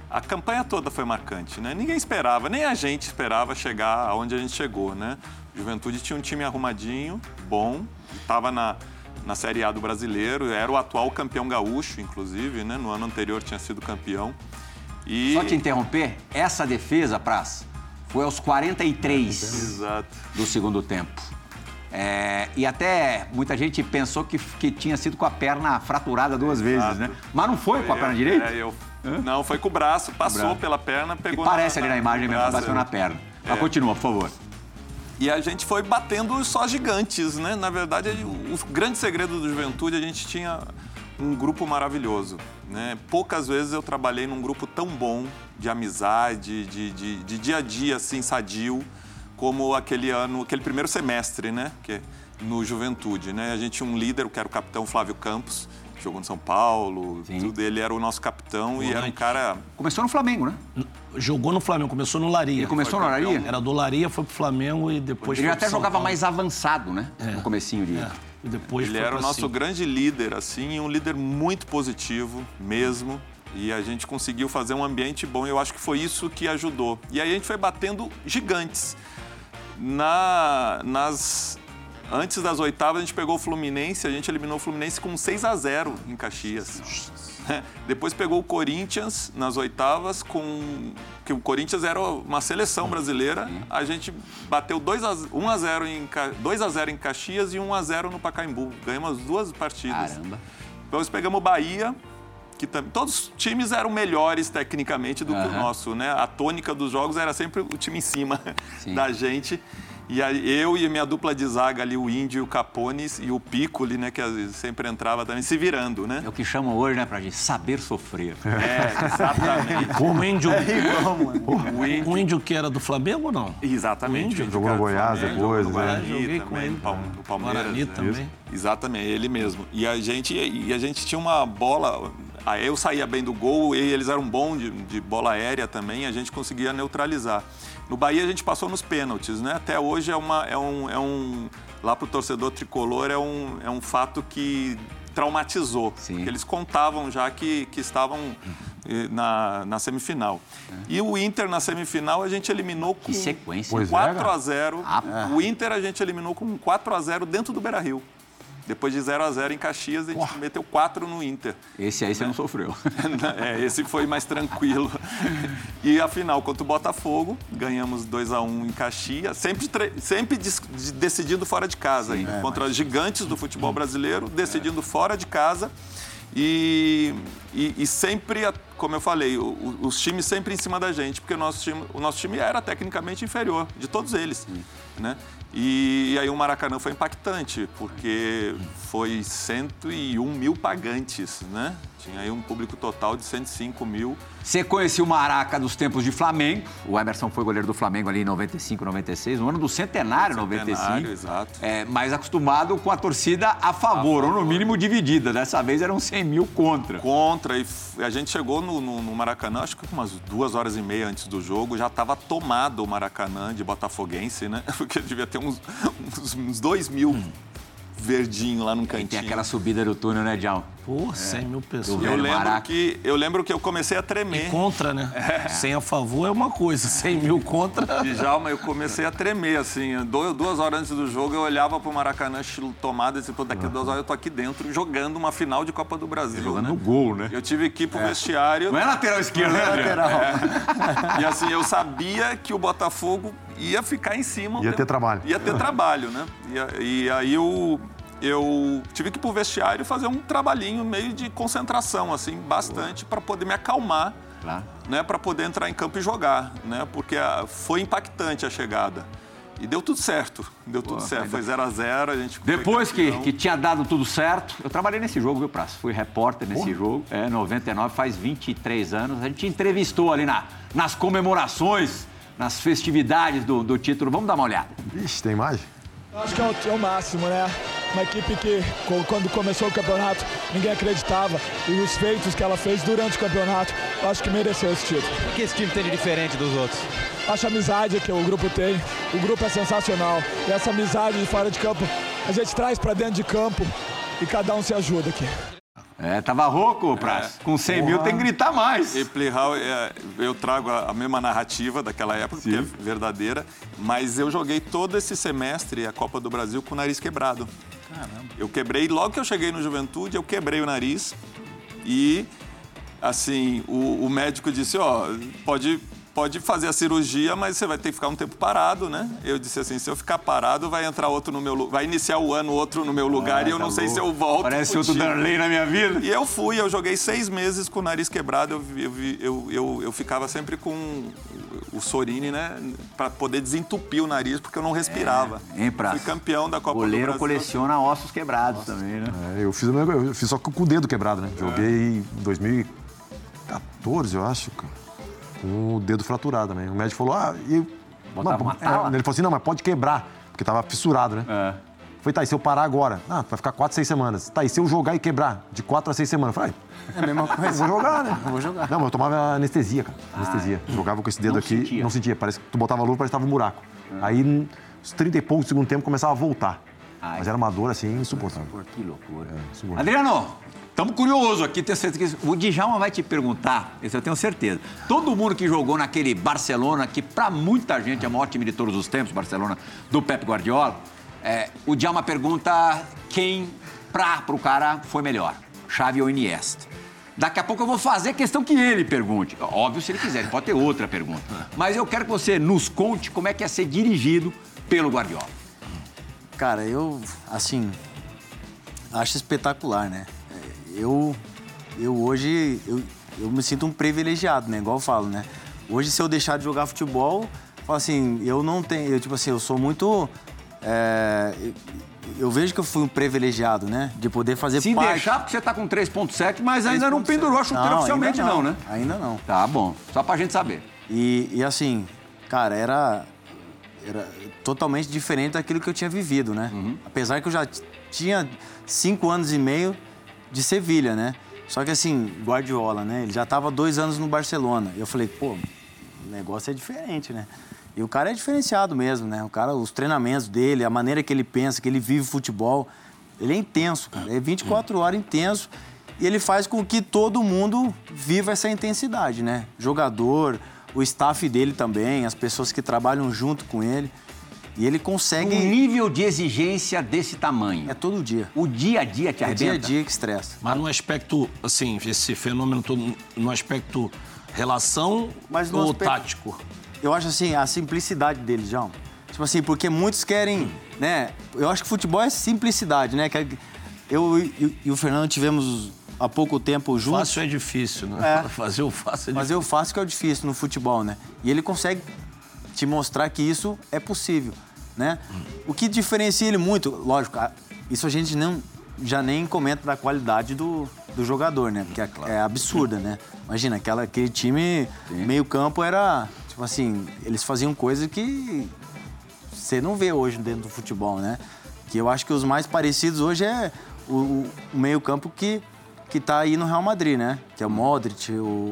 a campanha toda foi marcante, né? Ninguém esperava, nem a gente esperava chegar aonde a gente chegou, né? Juventude tinha um time arrumadinho, bom, estava na Série A do Brasileiro, era o atual campeão gaúcho, inclusive, né? No ano anterior tinha sido campeão. E... Só te interromper, essa defesa, Praz, foi aos 43 Exato. do segundo tempo. E até muita gente pensou que tinha sido com a perna fraturada 2 vezes, né? Mas não foi com a perna direita? Não, foi com o braço, passou pela perna, pegou e parece ali na imagem mesmo, bateu na perna. Mas continua, por favor. E a gente foi batendo só gigantes, né? Na verdade, o grande segredo do Juventude, a gente tinha um grupo maravilhoso, né? Poucas vezes eu trabalhei num grupo tão bom, de amizade, de dia a dia, assim, sadio, como aquele primeiro semestre, né? Que, no Juventude, né? A gente tinha um líder, que era o capitão Flávio Campos, que jogou no São Paulo, tudo. Ele era o nosso capitão e era um cara... Começou no Flamengo, né? Jogou no Flamengo, começou no Laria. Ele começou no Laria? Era do Laria, foi pro Flamengo e depois ele foi até pro São jogava Paulo. mais avançado, né? No comecinho de... E depois ele foi era o pra nosso cima. grande líder, assim, e um líder muito positivo mesmo. E a gente conseguiu fazer um ambiente bom e eu acho que foi isso que ajudou. E aí a gente foi batendo gigantes. Antes das oitavas, a gente pegou o Fluminense, a gente eliminou o Fluminense com 6-0 em Caxias. Depois pegou o Corinthians nas oitavas, que o Corinthians era uma seleção brasileira. A gente bateu 2-0 em Caxias e 1-0 no Pacaembu. Ganhamos as 2 partidas. Caramba. Depois pegamos o Bahia, que todos os times eram melhores tecnicamente do que o nosso, né? A tônica dos jogos era sempre o time em cima da gente. E aí, eu e minha dupla de zaga ali, o Índio e o Capones, e o Piccoli, né, que sempre entrava também, se virando, né? É o que chamam hoje, né, pra gente saber sofrer. Exatamente. Como o Índio. O Índio que era do Flamengo ou não? Exatamente. O Índio. Jogou no Goiás depois, jogou no né? Guarani Joguei com também, ele. no Palmeiras. Guarani também. Isso. Exatamente, ele mesmo. E a gente tinha uma bola... Aí eu saía bem do gol, e eles eram bons de bola aérea também, a gente conseguia neutralizar. No Bahia a gente passou nos pênaltis, né? Até hoje lá pro torcedor tricolor é um fato que traumatizou. Porque eles contavam já que estavam na semifinal. E o Inter na semifinal a gente eliminou com 4-0. O Inter a gente eliminou com 4-0 dentro do Beira-Rio. Depois de 0-0 em Caxias, a gente meteu 4 no Inter. Esse aí você não sofreu. Esse foi mais tranquilo. E a final contra o Botafogo, ganhamos 2-1 em Caxias, sempre decidindo fora de casa. Contra os gigantes do futebol brasileiro, decidindo fora de casa. E sempre, como eu falei, os times sempre em cima da gente, porque o nosso time era tecnicamente inferior, de todos eles. Né? E aí o Maracanã foi impactante, porque foi 101 mil pagantes, né? Tinha aí um público total de 105 mil. Você conhecia o Maraca dos tempos de Flamengo. O Emerson foi goleiro do Flamengo ali em 95, 96, no ano do centenário, 95. Exato. Mais acostumado com a torcida a favor, ou no mínimo dividida. Dessa vez eram 100 mil contra. E a gente chegou no Maracanã, acho que umas 2h30 antes do jogo, já estava tomado o Maracanã de botafoguense, né? Porque devia ter uns 2 mil verdinho lá no cantinho. E tem aquela subida do túnel, né, Djalma? Pô, 100 mil pessoas. Eu lembro que eu comecei a tremer. E contra, né? 100 a favor é uma coisa, 100 mil contra... Djalma, eu comecei a tremer, assim. 2 horas antes do jogo, eu olhava pro Maracanã estilo tomada e disse, pô, daqui a 2 horas eu tô aqui dentro jogando uma final de Copa do Brasil. Jogando no gol, né? Eu tive que ir pro vestiário... Não é lateral esquerdo, né, lateral. E assim, eu sabia que o Botafogo ia ficar em cima. Ia ter trabalho. Ia ter trabalho, né? E aí eu tive que ir pro vestiário fazer um trabalhinho meio de concentração, assim, bastante, para poder me acalmar, né? Para poder entrar em campo e jogar, né? Porque foi impactante a chegada. E deu tudo certo. Foi 0-0, a gente... Depois que tinha dado tudo certo, eu trabalhei nesse jogo, viu, Praça? Fui repórter nesse jogo, 99, faz 23 anos. A gente entrevistou ali nas comemorações, nas festividades do título. Vamos dar uma olhada. Ixi, tem imagem? Acho que é o máximo, né? Uma equipe que, quando começou o campeonato, ninguém acreditava. E os feitos que ela fez durante o campeonato, acho que mereceu esse título. O que esse time tem de diferente dos outros? Acho a amizade que o grupo tem. O grupo é sensacional. E essa amizade de fora de campo, a gente traz para dentro de campo e cada um se ajuda aqui. Tava rouco, Praz. Com 100 mil tem que gritar mais. E Plihal, eu trago a mesma narrativa daquela época, que é verdadeira, mas eu joguei todo esse semestre a Copa do Brasil com o nariz quebrado. Caramba. Eu quebrei, logo que eu cheguei no Juventude, eu quebrei o nariz e, assim, o médico disse, pode fazer a cirurgia, mas você vai ter que ficar um tempo parado, né? Eu disse assim, se eu ficar parado, vai entrar outro no meu lugar, vai iniciar o ano outro no meu lugar e eu não sei se eu volto. Parece outro Darley na minha vida. E eu joguei 6 meses com o nariz quebrado, eu ficava sempre com o Sorini, né? Pra poder desentupir o nariz, porque eu não respirava. Fui campeão da Copa do Brasil. Goleiro coleciona ossos quebrados também, né? Eu fiz só com o dedo quebrado, né? Joguei em 2014, eu acho, cara. Com o dedo fraturado também. O médico falou, ele falou assim, não, mas pode quebrar, porque tava fissurado, né? Falei, tá, e se eu parar agora? Vai ficar 4, 6 semanas. Tá, e se eu jogar e quebrar? De 4 a 6 semanas. Falei, é a mesma coisa. Eu vou jogar, né? Eu vou jogar. Não, mas eu tomava anestesia, cara. Anestesia. Jogava com esse dedo aqui, não sentia. Parece que tu botava a luva, parece que tava um buraco. Aí, uns 30 e poucos do segundo tempo, começava a voltar. Mas era uma dor, assim, insuportável. Que loucura. Adriano, estamos curiosos aqui, tenho certeza que o Djalma vai te perguntar, isso eu tenho certeza. Todo mundo que jogou naquele Barcelona, que pra muita gente é o maior time de todos os tempos, Barcelona, do Pep Guardiola, o Djalma pergunta quem pro cara foi melhor, Xavi ou Iniesta. Daqui a pouco eu vou fazer questão que ele pergunte. Óbvio, se ele quiser, ele pode ter outra pergunta. Mas eu quero que você nos conte como é que é ser dirigido pelo Guardiola. Cara, eu, assim, acho espetacular, né? Eu hoje, eu me sinto um privilegiado, né? Igual eu falo, né? Hoje, se eu deixar de jogar futebol, eu falo assim, eu não tenho... eu sou muito... eu vejo que eu fui um privilegiado, né? De poder fazer parte... Se deixar, porque você tá com 3,7, mas ainda não pendurou a chuteira oficialmente, não, né? Ainda não. Tá bom, só pra gente saber. E assim, cara, era totalmente diferente daquilo que eu tinha vivido, né? Apesar que eu já tinha 5 anos e meio de Sevilha, né? Só que assim, Guardiola, né? Ele já estava 2 anos no Barcelona. E eu falei, pô, o negócio é diferente, né? E o cara é diferenciado mesmo, né? O cara, os treinamentos dele, a maneira que ele pensa, que ele vive futebol, ele é intenso, cara. É 24 horas intenso e ele faz com que todo mundo viva essa intensidade, né? Jogador, o staff dele também, as pessoas que trabalham junto com ele. E ele consegue... Um nível de exigência desse tamanho. É todo dia. O dia a dia te arrebenta? É dia a dia que estressa. Mas no aspecto, assim, esse fenômeno todo, no aspecto relação ou tático? Eu acho, assim, a simplicidade dele, João. Tipo assim, porque muitos querem, né? Eu acho que futebol é simplicidade, né? Eu e o Fernando tivemos há pouco tempo juntos. Fácil é difícil, né? Fazer o fácil é difícil. Fazer o fácil que é o difícil no futebol, né? E ele consegue te mostrar que isso é possível, né? O que diferencia ele muito, lógico, isso a gente já nem comenta da qualidade do jogador, né? Porque é absurda, né? Imagina, aquele time, meio campo era, tipo assim, eles faziam coisas que você não vê hoje dentro do futebol, né? Que eu acho que os mais parecidos hoje é o meio campo que tá aí no Real Madrid, né? Que é o Modric,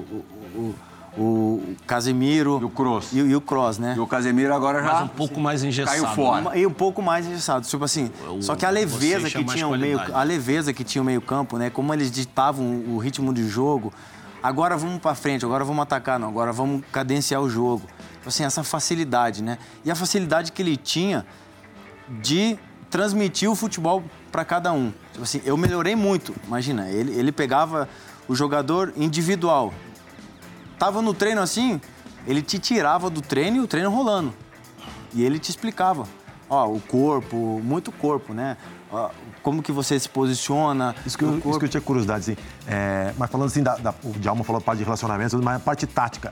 o Casemiro... E o Kroos. E o Kroos, né? E o Casemiro agora já... Mas um pouco mais engessado. Caiu fora. E um pouco mais engessado. Tipo assim, só que a leveza que tinha o meio-campo, né? Como eles ditavam o ritmo de jogo. Agora vamos pra frente, agora vamos atacar, não. Agora vamos cadenciar o jogo. Tipo assim, essa facilidade, né? E a facilidade que ele tinha de transmitir o futebol para cada um. Tipo assim, eu melhorei muito. Imagina, ele pegava o jogador individual. Tava no treino assim, ele te tirava do treino e o treino rolando. E ele te explicava. Ó, o corpo, muito corpo, né? Ó, como que você se posiciona. Isso que eu tinha curiosidade, assim. Mas falando assim, o Djalma falou parte de relacionamento, mas a parte tática.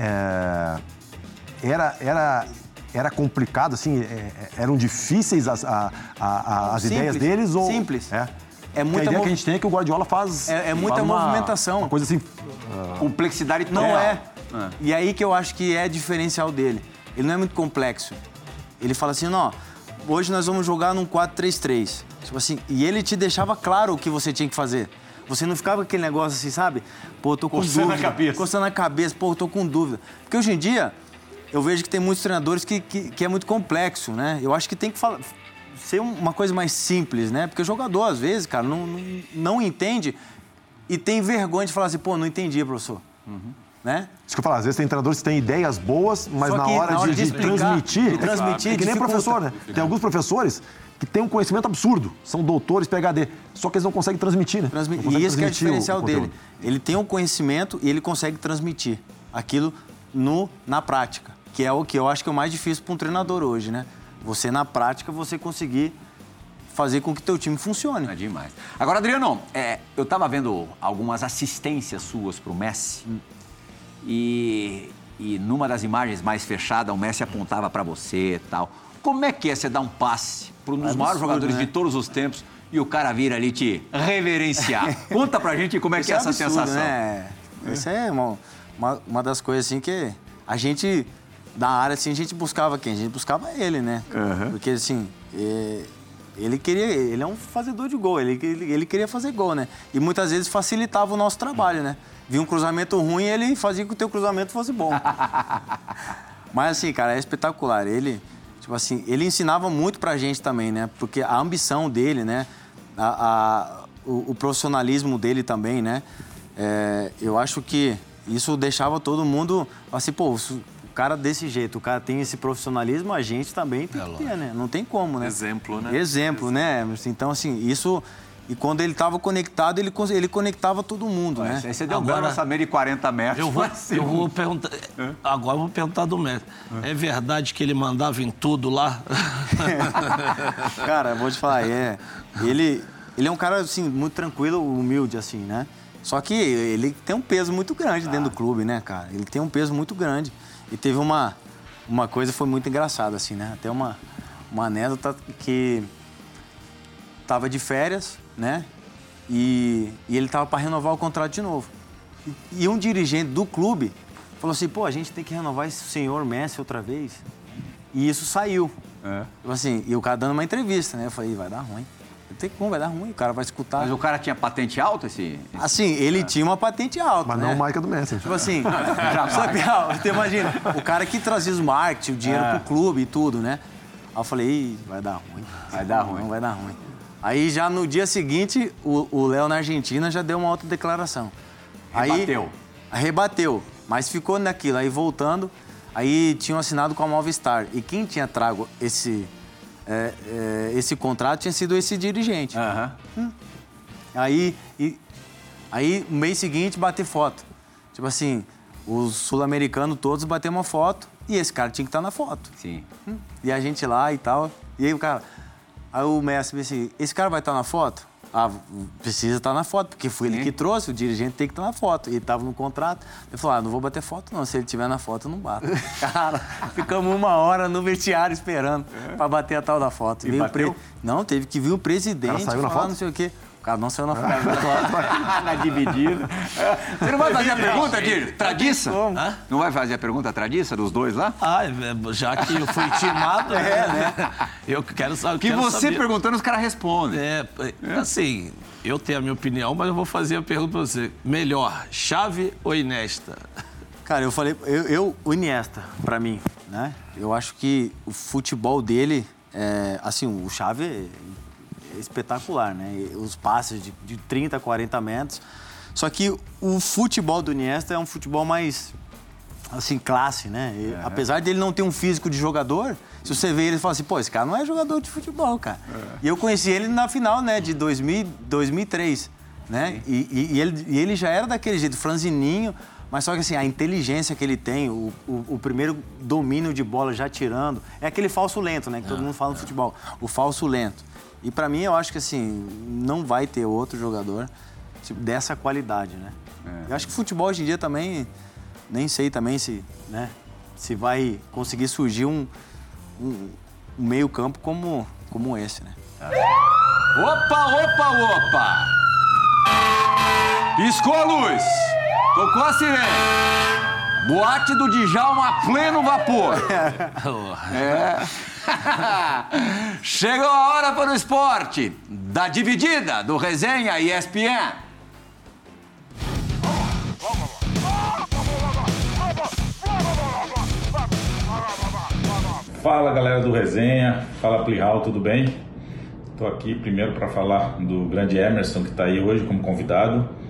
Era complicado, assim? Eram difíceis as ideias deles? Ou... Simples. É muita a ideia que a gente tem é que o Guardiola faz... É muita movimentação. Uma coisa assim... Complexidade total. Não é. E aí que eu acho que é diferencial dele. Ele não é muito complexo. Ele fala assim, ó, hoje nós vamos jogar num 4-3-3. Tipo assim, e ele te deixava claro o que você tinha que fazer. Você não ficava com aquele negócio assim, sabe? Pô, eu tô com dúvida. Coçando a cabeça. Pô, eu tô com dúvida. Porque hoje em dia, eu vejo que tem muitos treinadores que é muito complexo, né? Eu acho que tem que ser uma coisa mais simples, né? Porque o jogador, às vezes, cara, não entende e tem vergonha de falar assim, pô, não entendi, professor. Né? Isso que eu falo, às vezes tem treinadores que têm ideias boas, mas na hora de transmitir, transmitir, é que nem professor, né? Tem alguns professores que têm um conhecimento absurdo, são doutores, PhD, só que eles não conseguem transmitir, né? E esse que é o diferencial dele. Ele tem um conhecimento e ele consegue transmitir aquilo na prática, que é o que eu acho que é o mais difícil para um treinador hoje, né? Você, na prática, você conseguir fazer com que teu time funcione. É demais. Agora, Adriano, eu estava vendo algumas assistências suas para o Messi e numa das imagens mais fechadas, o Messi apontava para você e tal. Como é que é você dar um passe para um dos maiores jogadores de todos os tempos e o cara vir ali te reverenciar? Conta pra gente como é que é essa sensação. Né? Essa é uma das coisas assim que a gente, da área, assim, a gente buscava quem? A gente buscava ele, né? Porque, assim, ele é um fazedor de gol, ele queria fazer gol, né? E muitas vezes facilitava o nosso trabalho, né? Via um cruzamento ruim, ele fazia com que o teu cruzamento fosse bom. Mas, assim, cara, é espetacular. Ele, tipo assim, ele ensinava muito pra gente também, né? Porque a ambição dele, né? O profissionalismo dele também, né? Eu acho que isso deixava todo mundo assim, pô, o cara desse jeito, o cara tem esse profissionalismo, a gente também tem que ter, né? Não tem como, né? Exemplo, né? Exemplo, né? Então, assim, isso... E quando ele estava conectado, ele conectava todo mundo, né? Aí você deu agora, um lançamento de 40 metros. Eu vou perguntar... Agora eu vou perguntar do Messi. É verdade que ele mandava em tudo lá? Cara, vou te falar, ele é um cara, assim, muito tranquilo, humilde, assim, né? Só que ele tem um peso muito grande dentro do clube, né, cara? Ele tem um peso muito grande. E teve uma coisa que foi muito engraçada, assim, né? Até uma anedota que tava de férias, né? E ele tava para renovar o contrato de novo. E um dirigente do clube falou assim, pô, a gente tem que renovar esse senhor Messi outra vez. E isso saiu. Assim, e o cara dando uma entrevista, né? Eu falei, vai dar ruim. Não tem como, vai dar ruim, o cara vai escutar. Mas o cara tinha patente alta, Assim, ele tinha uma patente alta, mas né? não marca do Messi. Tipo assim, você imagina, o cara que trazia os marketing, o dinheiro pro clube e tudo, né? Aí eu falei, vai dar ruim. Vai dar ruim. Aí já no dia seguinte, o Léo na Argentina já deu uma outra declaração. Rebateu, mas ficou naquilo. Aí voltando, aí tinham assinado com a Movistar. E quem tinha trago esse contrato tinha sido esse dirigente. Aí, no mês seguinte, bater foto. Tipo assim, os sul-americanos todos bateram uma foto e esse cara tinha que estar na foto. Sim. E a gente lá e tal. E aí o cara... Aí o Messi disse assim, esse cara vai estar na foto? Precisa estar na foto, porque foi ele que trouxe, o dirigente tem que estar na foto. Ele estava no contrato. Ele falou, não vou bater foto não, se ele estiver na foto, eu não bato. Cara, ficamos 1 hora no vestiário esperando para bater a tal da foto. E bateu? Não, teve que vir o presidente. O cara saiu na foto? Não sei o quê. O cara não saiu na foto. Na dividida. Você não vai fazer a pergunta, Dir? Tradiça? Não vai fazer a pergunta tradiça dos dois lá? Já que eu fui intimado, né? Eu quero saber. Que você saber. Perguntando, os caras respondem. Assim, eu tenho a minha opinião, mas eu vou fazer a pergunta pra você. Melhor, Xavi ou Iniesta? Cara, eu falei, o Iniesta, pra mim, né? Eu acho que o futebol dele, assim, o Xavi é espetacular, né? Os passes de 30, 40 metros. Só que o futebol do Iniesta é um futebol mais, assim, classe, né? Apesar de ele não ter um físico de jogador, se você vê ele, fala assim, pô, esse cara não é jogador de futebol, cara. E eu conheci ele na final, né, de 2003, né? E ele já era daquele jeito, franzininho, mas só que assim, a inteligência que ele tem, o primeiro domínio de bola já tirando, é aquele falso lento, né, que todo mundo fala no futebol, o falso lento. E pra mim, eu acho que assim, não vai ter outro jogador tipo, dessa qualidade, né? Eu acho que o futebol hoje em dia também, nem sei também se vai conseguir surgir um meio campo como esse, né? Opa! Piscou a luz, tocou a sirene. Boate do Djalma a pleno vapor. Chegou a hora para o esporte da dividida do Resenha ESPN. Fala galera do Resenha, fala Plihal, tudo bem? Estou aqui primeiro para falar do grande Emerson que está aí hoje como convidado.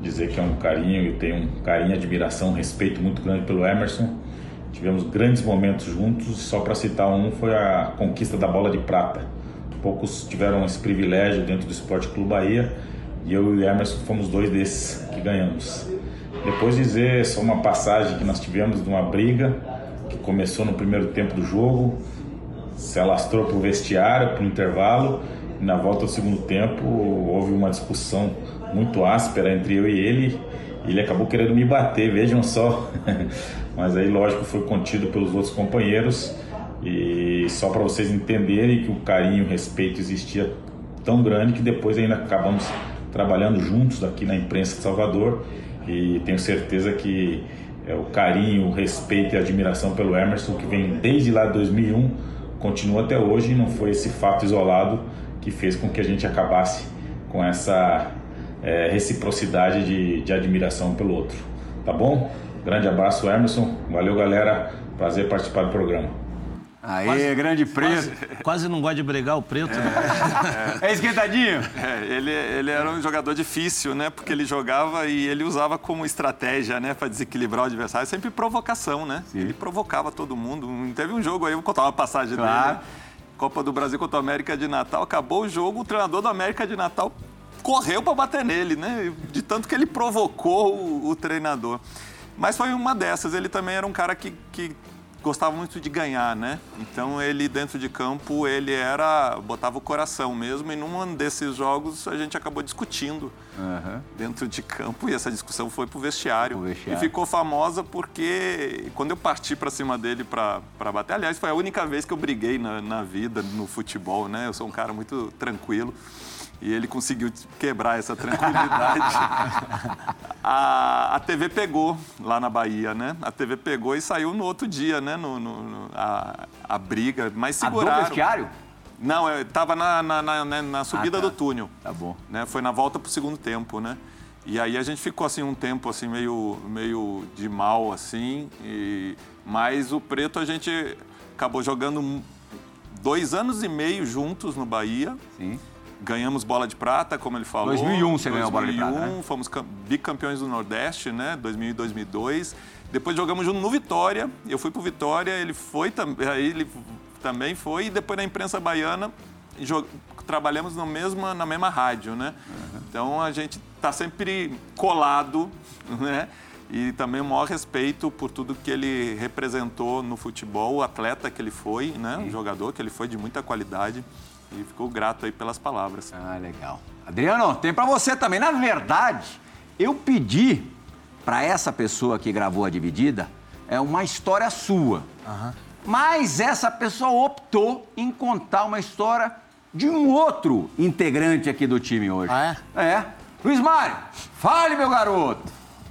dizer que é um carinho, eu tenho um carinho, admiração, respeito muito grande pelo Emerson. Tivemos grandes momentos juntos, só para citar um foi a conquista da bola de prata. Poucos tiveram esse privilégio dentro do Esporte Clube Bahia e eu e o Emerson fomos 2 desses que ganhamos. Depois dizer só uma passagem que nós tivemos de uma briga que começou no primeiro tempo do jogo, se alastrou para o vestiário, para o intervalo, e na volta do segundo tempo houve uma discussão muito áspera entre eu e ele acabou querendo me bater, vejam só. Mas aí, lógico, foi contido pelos outros companheiros e só para vocês entenderem que o carinho e o respeito existia tão grande que depois ainda acabamos trabalhando juntos aqui na imprensa de Salvador e tenho certeza que o carinho, o respeito e a admiração pelo Emerson, que vem desde lá de 2001, continua até hoje e não foi esse fato isolado que fez com que a gente acabasse com essa reciprocidade de admiração pelo outro. Tá bom? Grande abraço, Emerson. Valeu, galera. Prazer participar do programa. Aê, grande Preto. Quase não gosta de brigar o Preto, né? É esquentadinho? Ele era um jogador difícil, né? Porque ele jogava e ele usava como estratégia, né? Para desequilibrar o adversário. Sempre provocação, né? Sim. Ele provocava todo mundo. Teve um jogo aí, eu vou contar uma passagem dele. Copa do Brasil contra o América de Natal. Acabou o jogo, o treinador do América de Natal correu para bater nele, né? De tanto que ele provocou o treinador. Mas foi uma dessas. Ele também era um cara que gostava muito de ganhar, né? Então ele dentro de campo botava o coração mesmo. E num desses jogos a gente acabou discutindo dentro de campo e essa discussão foi pro vestiário. E ficou famosa porque quando eu parti para cima dele para bater, aliás, foi a única vez que eu briguei na vida no futebol, né? Eu sou um cara muito tranquilo. E ele conseguiu quebrar essa tranquilidade. A TV pegou lá na Bahia, né? A TV pegou e saiu no outro dia, né? A briga, mas seguraram. Do vestiário? Não, estava na subida do túnel. Tá bom. Né? Foi na volta pro segundo tempo, né? E aí a gente ficou assim um tempo assim meio de mal, assim. Mas o Preto a gente acabou jogando 2 anos e meio juntos no Bahia. Sim. Ganhamos bola de prata, como ele falou. 2001 você ganhou a bola de prata, né? Fomos bicampeões do Nordeste, né? 2000 e 2002. Depois jogamos junto no Vitória. Eu fui pro Vitória, ele também foi. E depois na imprensa baiana, trabalhamos na mesma rádio, né? Então a gente tá sempre colado, né? E também o maior respeito por tudo que ele representou no futebol, o atleta que ele foi, né? O jogador que ele foi de muita qualidade. E ficou grato aí pelas palavras. Ah, legal. Adriano, tem pra você também. Na verdade, eu pedi pra essa pessoa que gravou a dividida uma história sua. Mas essa pessoa optou em contar uma história de um outro integrante aqui do time hoje. Ah, é? Luiz Mário, fale, meu garoto.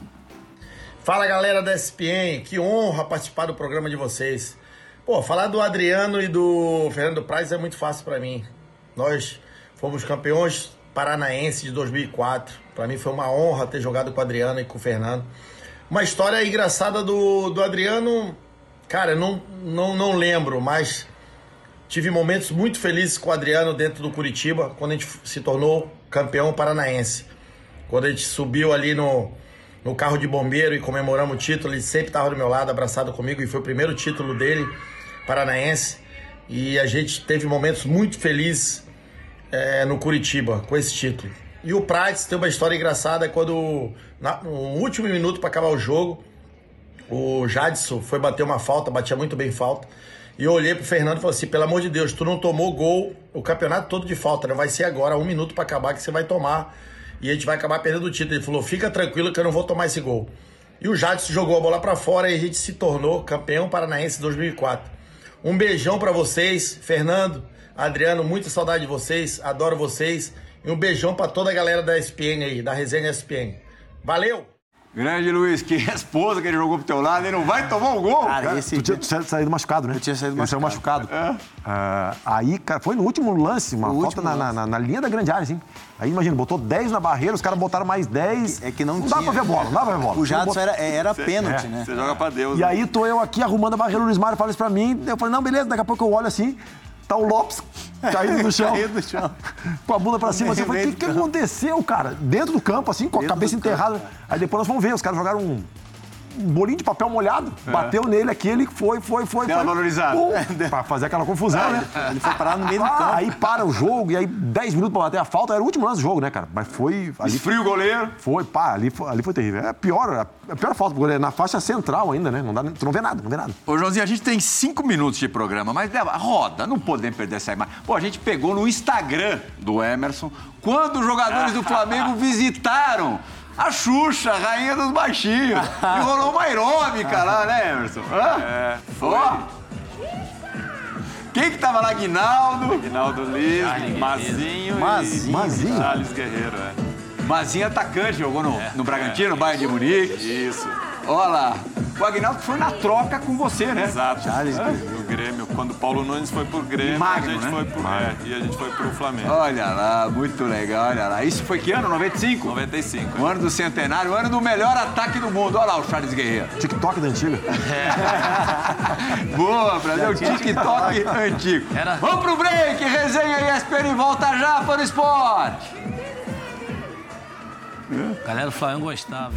Fala, galera da ESPN. Que honra participar do programa de vocês. Pô, falar do Adriano e do Fernando Praz é muito fácil pra mim. Nós fomos campeões paranaenses de 2004. Pra mim foi uma honra ter jogado com o Adriano e com o Fernando. Uma história engraçada do Adriano, cara, não lembro, mas tive momentos muito felizes com o Adriano dentro do Curitiba, quando a gente se tornou campeão paranaense. Quando a gente subiu ali no carro de bombeiro e comemoramos o título, ele sempre estava do meu lado, abraçado comigo, e foi o primeiro título dele, paranaense, e a gente teve momentos muito felizes no Curitiba com esse título. E o Prates tem uma história engraçada, quando no último minuto para acabar o jogo, o Jadson foi bater uma falta, batia muito bem falta, e eu olhei pro Fernando e falei assim, pelo amor de Deus, tu não tomou gol o campeonato todo de falta, né? Vai ser agora, 1 minuto para acabar que você vai tomar, e a gente vai acabar perdendo o título. Ele falou, fica tranquilo que eu não vou tomar esse gol. E o Jadson jogou a bola para fora e a gente se tornou campeão paranaense em 2004. Um beijão para vocês, Fernando, Adriano, muita saudade de vocês, adoro vocês. E um beijão para toda a galera da ESPN aí, da Resenha ESPN. Valeu! Grande Luiz, que resposta que ele jogou pro teu lado, ele não vai tomar um gol. Cara, tu tinha saído machucado, né? Eu tinha saído machucado. Ele saiu machucado. Aí, cara, foi no último lance, uma falta na linha da grande área, assim. Aí, imagina, botou 10 na barreira, os caras botaram mais 10. É que não dá pra ver bola, não dá pra ver bola. O Jadson era pênalti, né? Você joga pra Deus. E aí, tô eu aqui arrumando a barreira, o Luiz Mário fala isso pra mim. Eu falei, não, beleza, daqui a pouco eu olho assim, tá o Lopes caído no chão. Caído no chão. Com a bunda pra cima. Assim, eu falei, o que aconteceu, cara? Dentro do campo, assim, com a cabeça enterrada. Aí depois nós vamos ver, os caras jogaram um bolinho de papel molhado, bateu nele aqui, ele foi. Deu uma valorizada. Pra fazer aquela confusão, né? Ele foi parar no meio do campo. Aí para o jogo, e aí 10 minutos pra bater a falta, era o último lance do jogo, né, cara? Mas foi... Esfria o goleiro. Ali foi terrível. É a pior falta pro goleiro, na faixa central ainda, né? Tu não vê nada. Ô, Joãozinho, a gente tem 5 minutos de programa, mas roda, não podemos perder essa imagem. Pô, a gente pegou no Instagram do Emerson, quando os jogadores do Flamengo visitaram a Xuxa, rainha dos baixinhos. E rolou uma aeróbica lá, né, Emerson? Foi. Ó. Quem que tava lá? Guinaldo, Liz, Mazinho e Charles Guerreiro, Mazinho atacante, jogou no Bragantino, no Bayern de Munique. Isso. Olha lá. O Aguinaldo foi na troca com você, né? Exato. No Grêmio. Quando o Paulo Nunes foi pro Grêmio, Magno, a gente foi pro e a gente foi pro Flamengo. Olha lá, muito legal, olha lá. Isso foi que ano? 95? 95. O ano do centenário, o ano do melhor ataque do mundo. Olha lá o Charles Guerreiro. TikTok da antiga. Boa, Brasil. TikTok antigo. Vamos pro break. Resenha ESPN e volta já para o esporte. A galera do Flamengo gostava.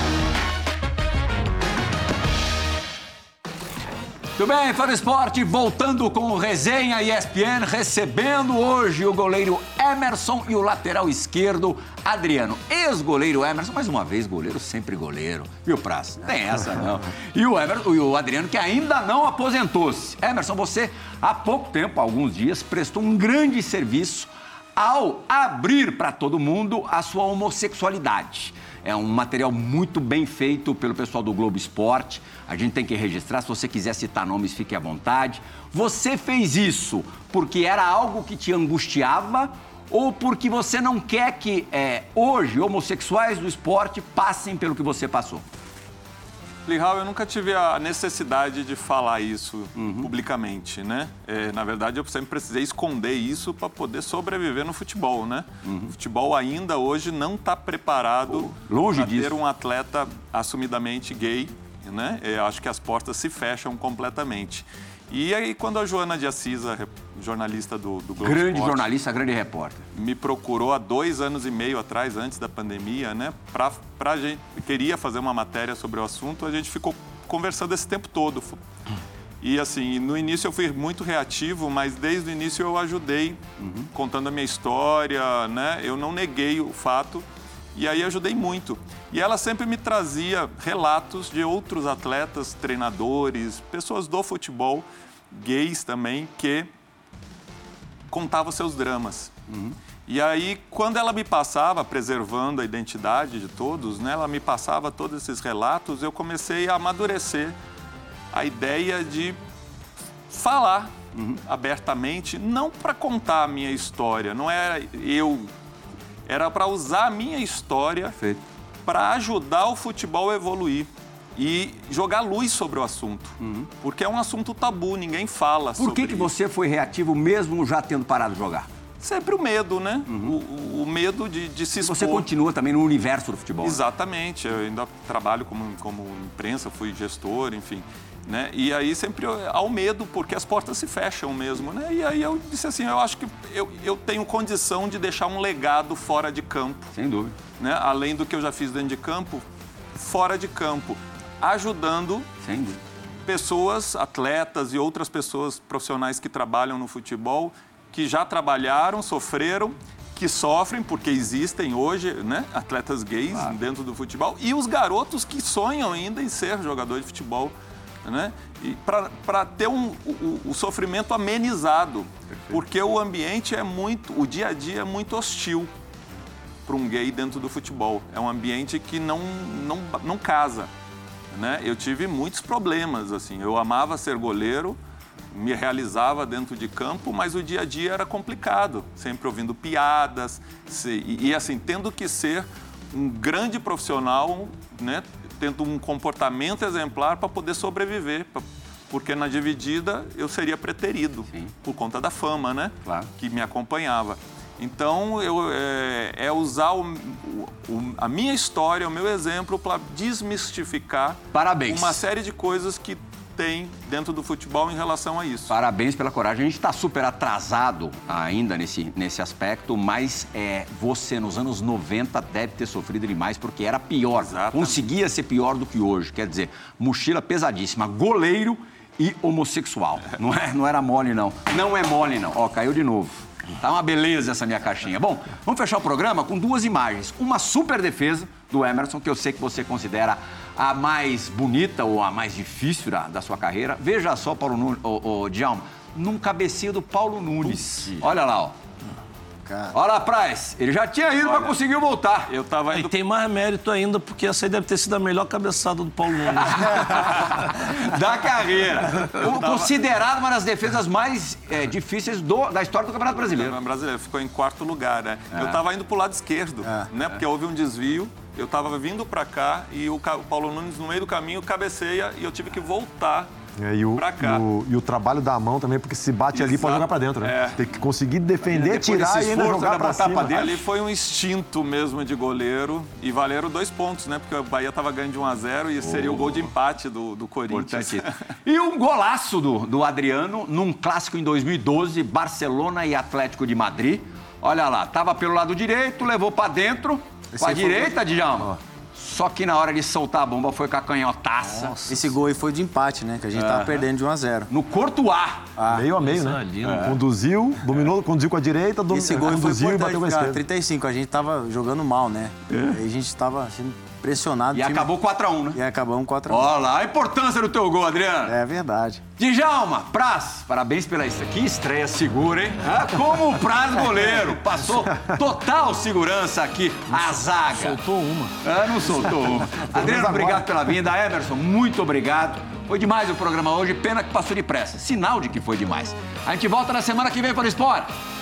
Tudo bem, Fã do Esporte, voltando com o Resenha ESPN, recebendo hoje o goleiro Emerson e o lateral esquerdo Adriano. Ex-goleiro Emerson, mais uma vez, goleiro sempre goleiro. Viu, Praça? Tem essa, não. E o Adriano, que ainda não aposentou-se. Emerson, você, há pouco tempo, há alguns dias, prestou um grande serviço ao abrir para todo mundo a sua homossexualidade. É um material muito bem feito pelo pessoal do Globo Esporte. A gente tem que registrar. Se você quiser citar nomes, fique à vontade. Você fez isso porque era algo que te angustiava ou porque você não quer que hoje homossexuais do esporte passem pelo que você passou? Lihal, eu nunca tive a necessidade de falar isso publicamente, né? Na verdade, eu sempre precisei esconder isso para poder sobreviver no futebol, né? O futebol ainda hoje não está preparado para ter um atleta assumidamente gay, né? Eu acho que as portas se fecham completamente. E aí, quando a Joana de Assis, a jornalista do Globo Grande Esporte, jornalista, grande repórter, me procurou há 2 anos e meio atrás, antes da pandemia, né? Pra gente, queria fazer uma matéria sobre o assunto, a gente ficou conversando esse tempo todo. E assim, no início eu fui muito reativo, mas desde o início eu ajudei, contando a minha história, né? Eu não neguei o fato. E aí ajudei muito. E ela sempre me trazia relatos de outros atletas, treinadores, pessoas do futebol, gays também, que contavam seus dramas. E aí, quando ela me passava, preservando a identidade de todos, né, ela me passava todos esses relatos, eu comecei a amadurecer a ideia de falar abertamente, não para contar a minha história, não era era para usar a minha história para ajudar o futebol a evoluir e jogar luz sobre o assunto. Porque é um assunto tabu, ninguém fala sobre isso. Por que você foi reativo mesmo já tendo parado de jogar? Sempre o medo, né? O medo de se expor. Você continua também no universo do futebol. Exatamente. Eu ainda trabalho como imprensa, fui gestor, enfim. Né? E aí sempre há o medo, porque as portas se fecham mesmo, né? E aí eu disse assim, eu acho que eu tenho condição de deixar um legado fora de campo. Sem dúvida. Né? Além do que eu já fiz dentro de campo, fora de campo, ajudando pessoas, atletas e outras pessoas profissionais que trabalham no futebol, que já trabalharam, sofreram, que sofrem, porque existem hoje, né, atletas gays dentro do futebol, e os garotos que sonham ainda em ser jogador de futebol. Né? E para ter o sofrimento amenizado, porque o ambiente o dia a dia é muito hostil para um gay dentro do futebol. É um ambiente que não casa. Né? Eu tive muitos problemas, assim. Eu amava ser goleiro, me realizava dentro de campo, mas o dia a dia era complicado, sempre ouvindo piadas e assim, tendo que ser um grande profissional, né? Tendo um comportamento exemplar para poder sobreviver, porque na dividida eu seria preterido por conta da fama, né? Que me acompanhava. Então, usar a minha história, o meu exemplo, para desmistificar uma série de coisas que tem dentro do futebol em relação a isso. Parabéns pela coragem. A gente está super atrasado ainda nesse aspecto, mas você nos anos 90 deve ter sofrido demais, porque era pior. Exatamente. Conseguia ser pior do que hoje. Quer dizer, mochila pesadíssima, goleiro e homossexual. Não era mole, não. Não é mole, não. Ó, caiu de novo. Tá uma beleza essa minha caixinha. Bom, vamos fechar o programa com 2 imagens. Uma super defesa do Emerson, que eu sei que você considera a mais bonita ou a mais difícil da sua carreira. Veja só, Paulo Nunes, Djalma, num cabeceio do Paulo Nunes. Olha lá, ó. Cara. Olha lá, Praz, ele já tinha ido, mas conseguiu voltar. Eu tava indo... E tem mais mérito ainda, porque essa aí deve ter sido a melhor cabeçada do Paulo Nunes. Da carreira. Considerado uma das defesas mais difíceis da história do Campeonato Brasileiro. O brasileiro ficou em 4º lugar, né? Eu tava indo pro lado esquerdo, né? Porque houve um desvio, eu tava vindo pra cá e o Paulo Nunes, no meio do caminho, cabeceia e eu tive que voltar. Pra cá. E o trabalho da mão também, porque se bate ali, pode jogar pra dentro, né? Tem que conseguir defender, tirar e ainda jogar pra cima. Ali foi um instinto mesmo de goleiro e valeram 2 pontos, né? Porque o Bahia tava ganhando de 1-0 e seria o gol de empate do Corinthians. E um golaço do Adriano num clássico em 2012, Barcelona e Atlético de Madrid. Olha lá, tava pelo lado direito, levou pra dentro, com a direita, Djalma. Só que na hora de soltar a bomba foi com a canhotaça. Nossa. Esse gol aí foi de empate, né? Que a gente tava perdendo de 1-0. No Courtois. Meio a meio, né? Conduziu, dominou, conduziu com a direita, esse gol conduziu foi e bateu com a esquerda. 35, a gente tava jogando mal, né? Aí a gente tava sendo pressionado. E acabou 4-1, né? E acabamos 4-1. Olha lá a importância do teu gol, Adriano. É verdade. Djalma, Praz, parabéns pela isso aqui. Estreia segura, hein? Como o Praz goleiro. Passou total segurança aqui, a zaga. Soltou uma. Não soltou uma. Adriano, obrigado pela vinda. Emerson, muito obrigado. Foi demais o programa hoje, pena que passou depressa. Sinal de que foi demais. A gente volta na semana que vem para o Esporte.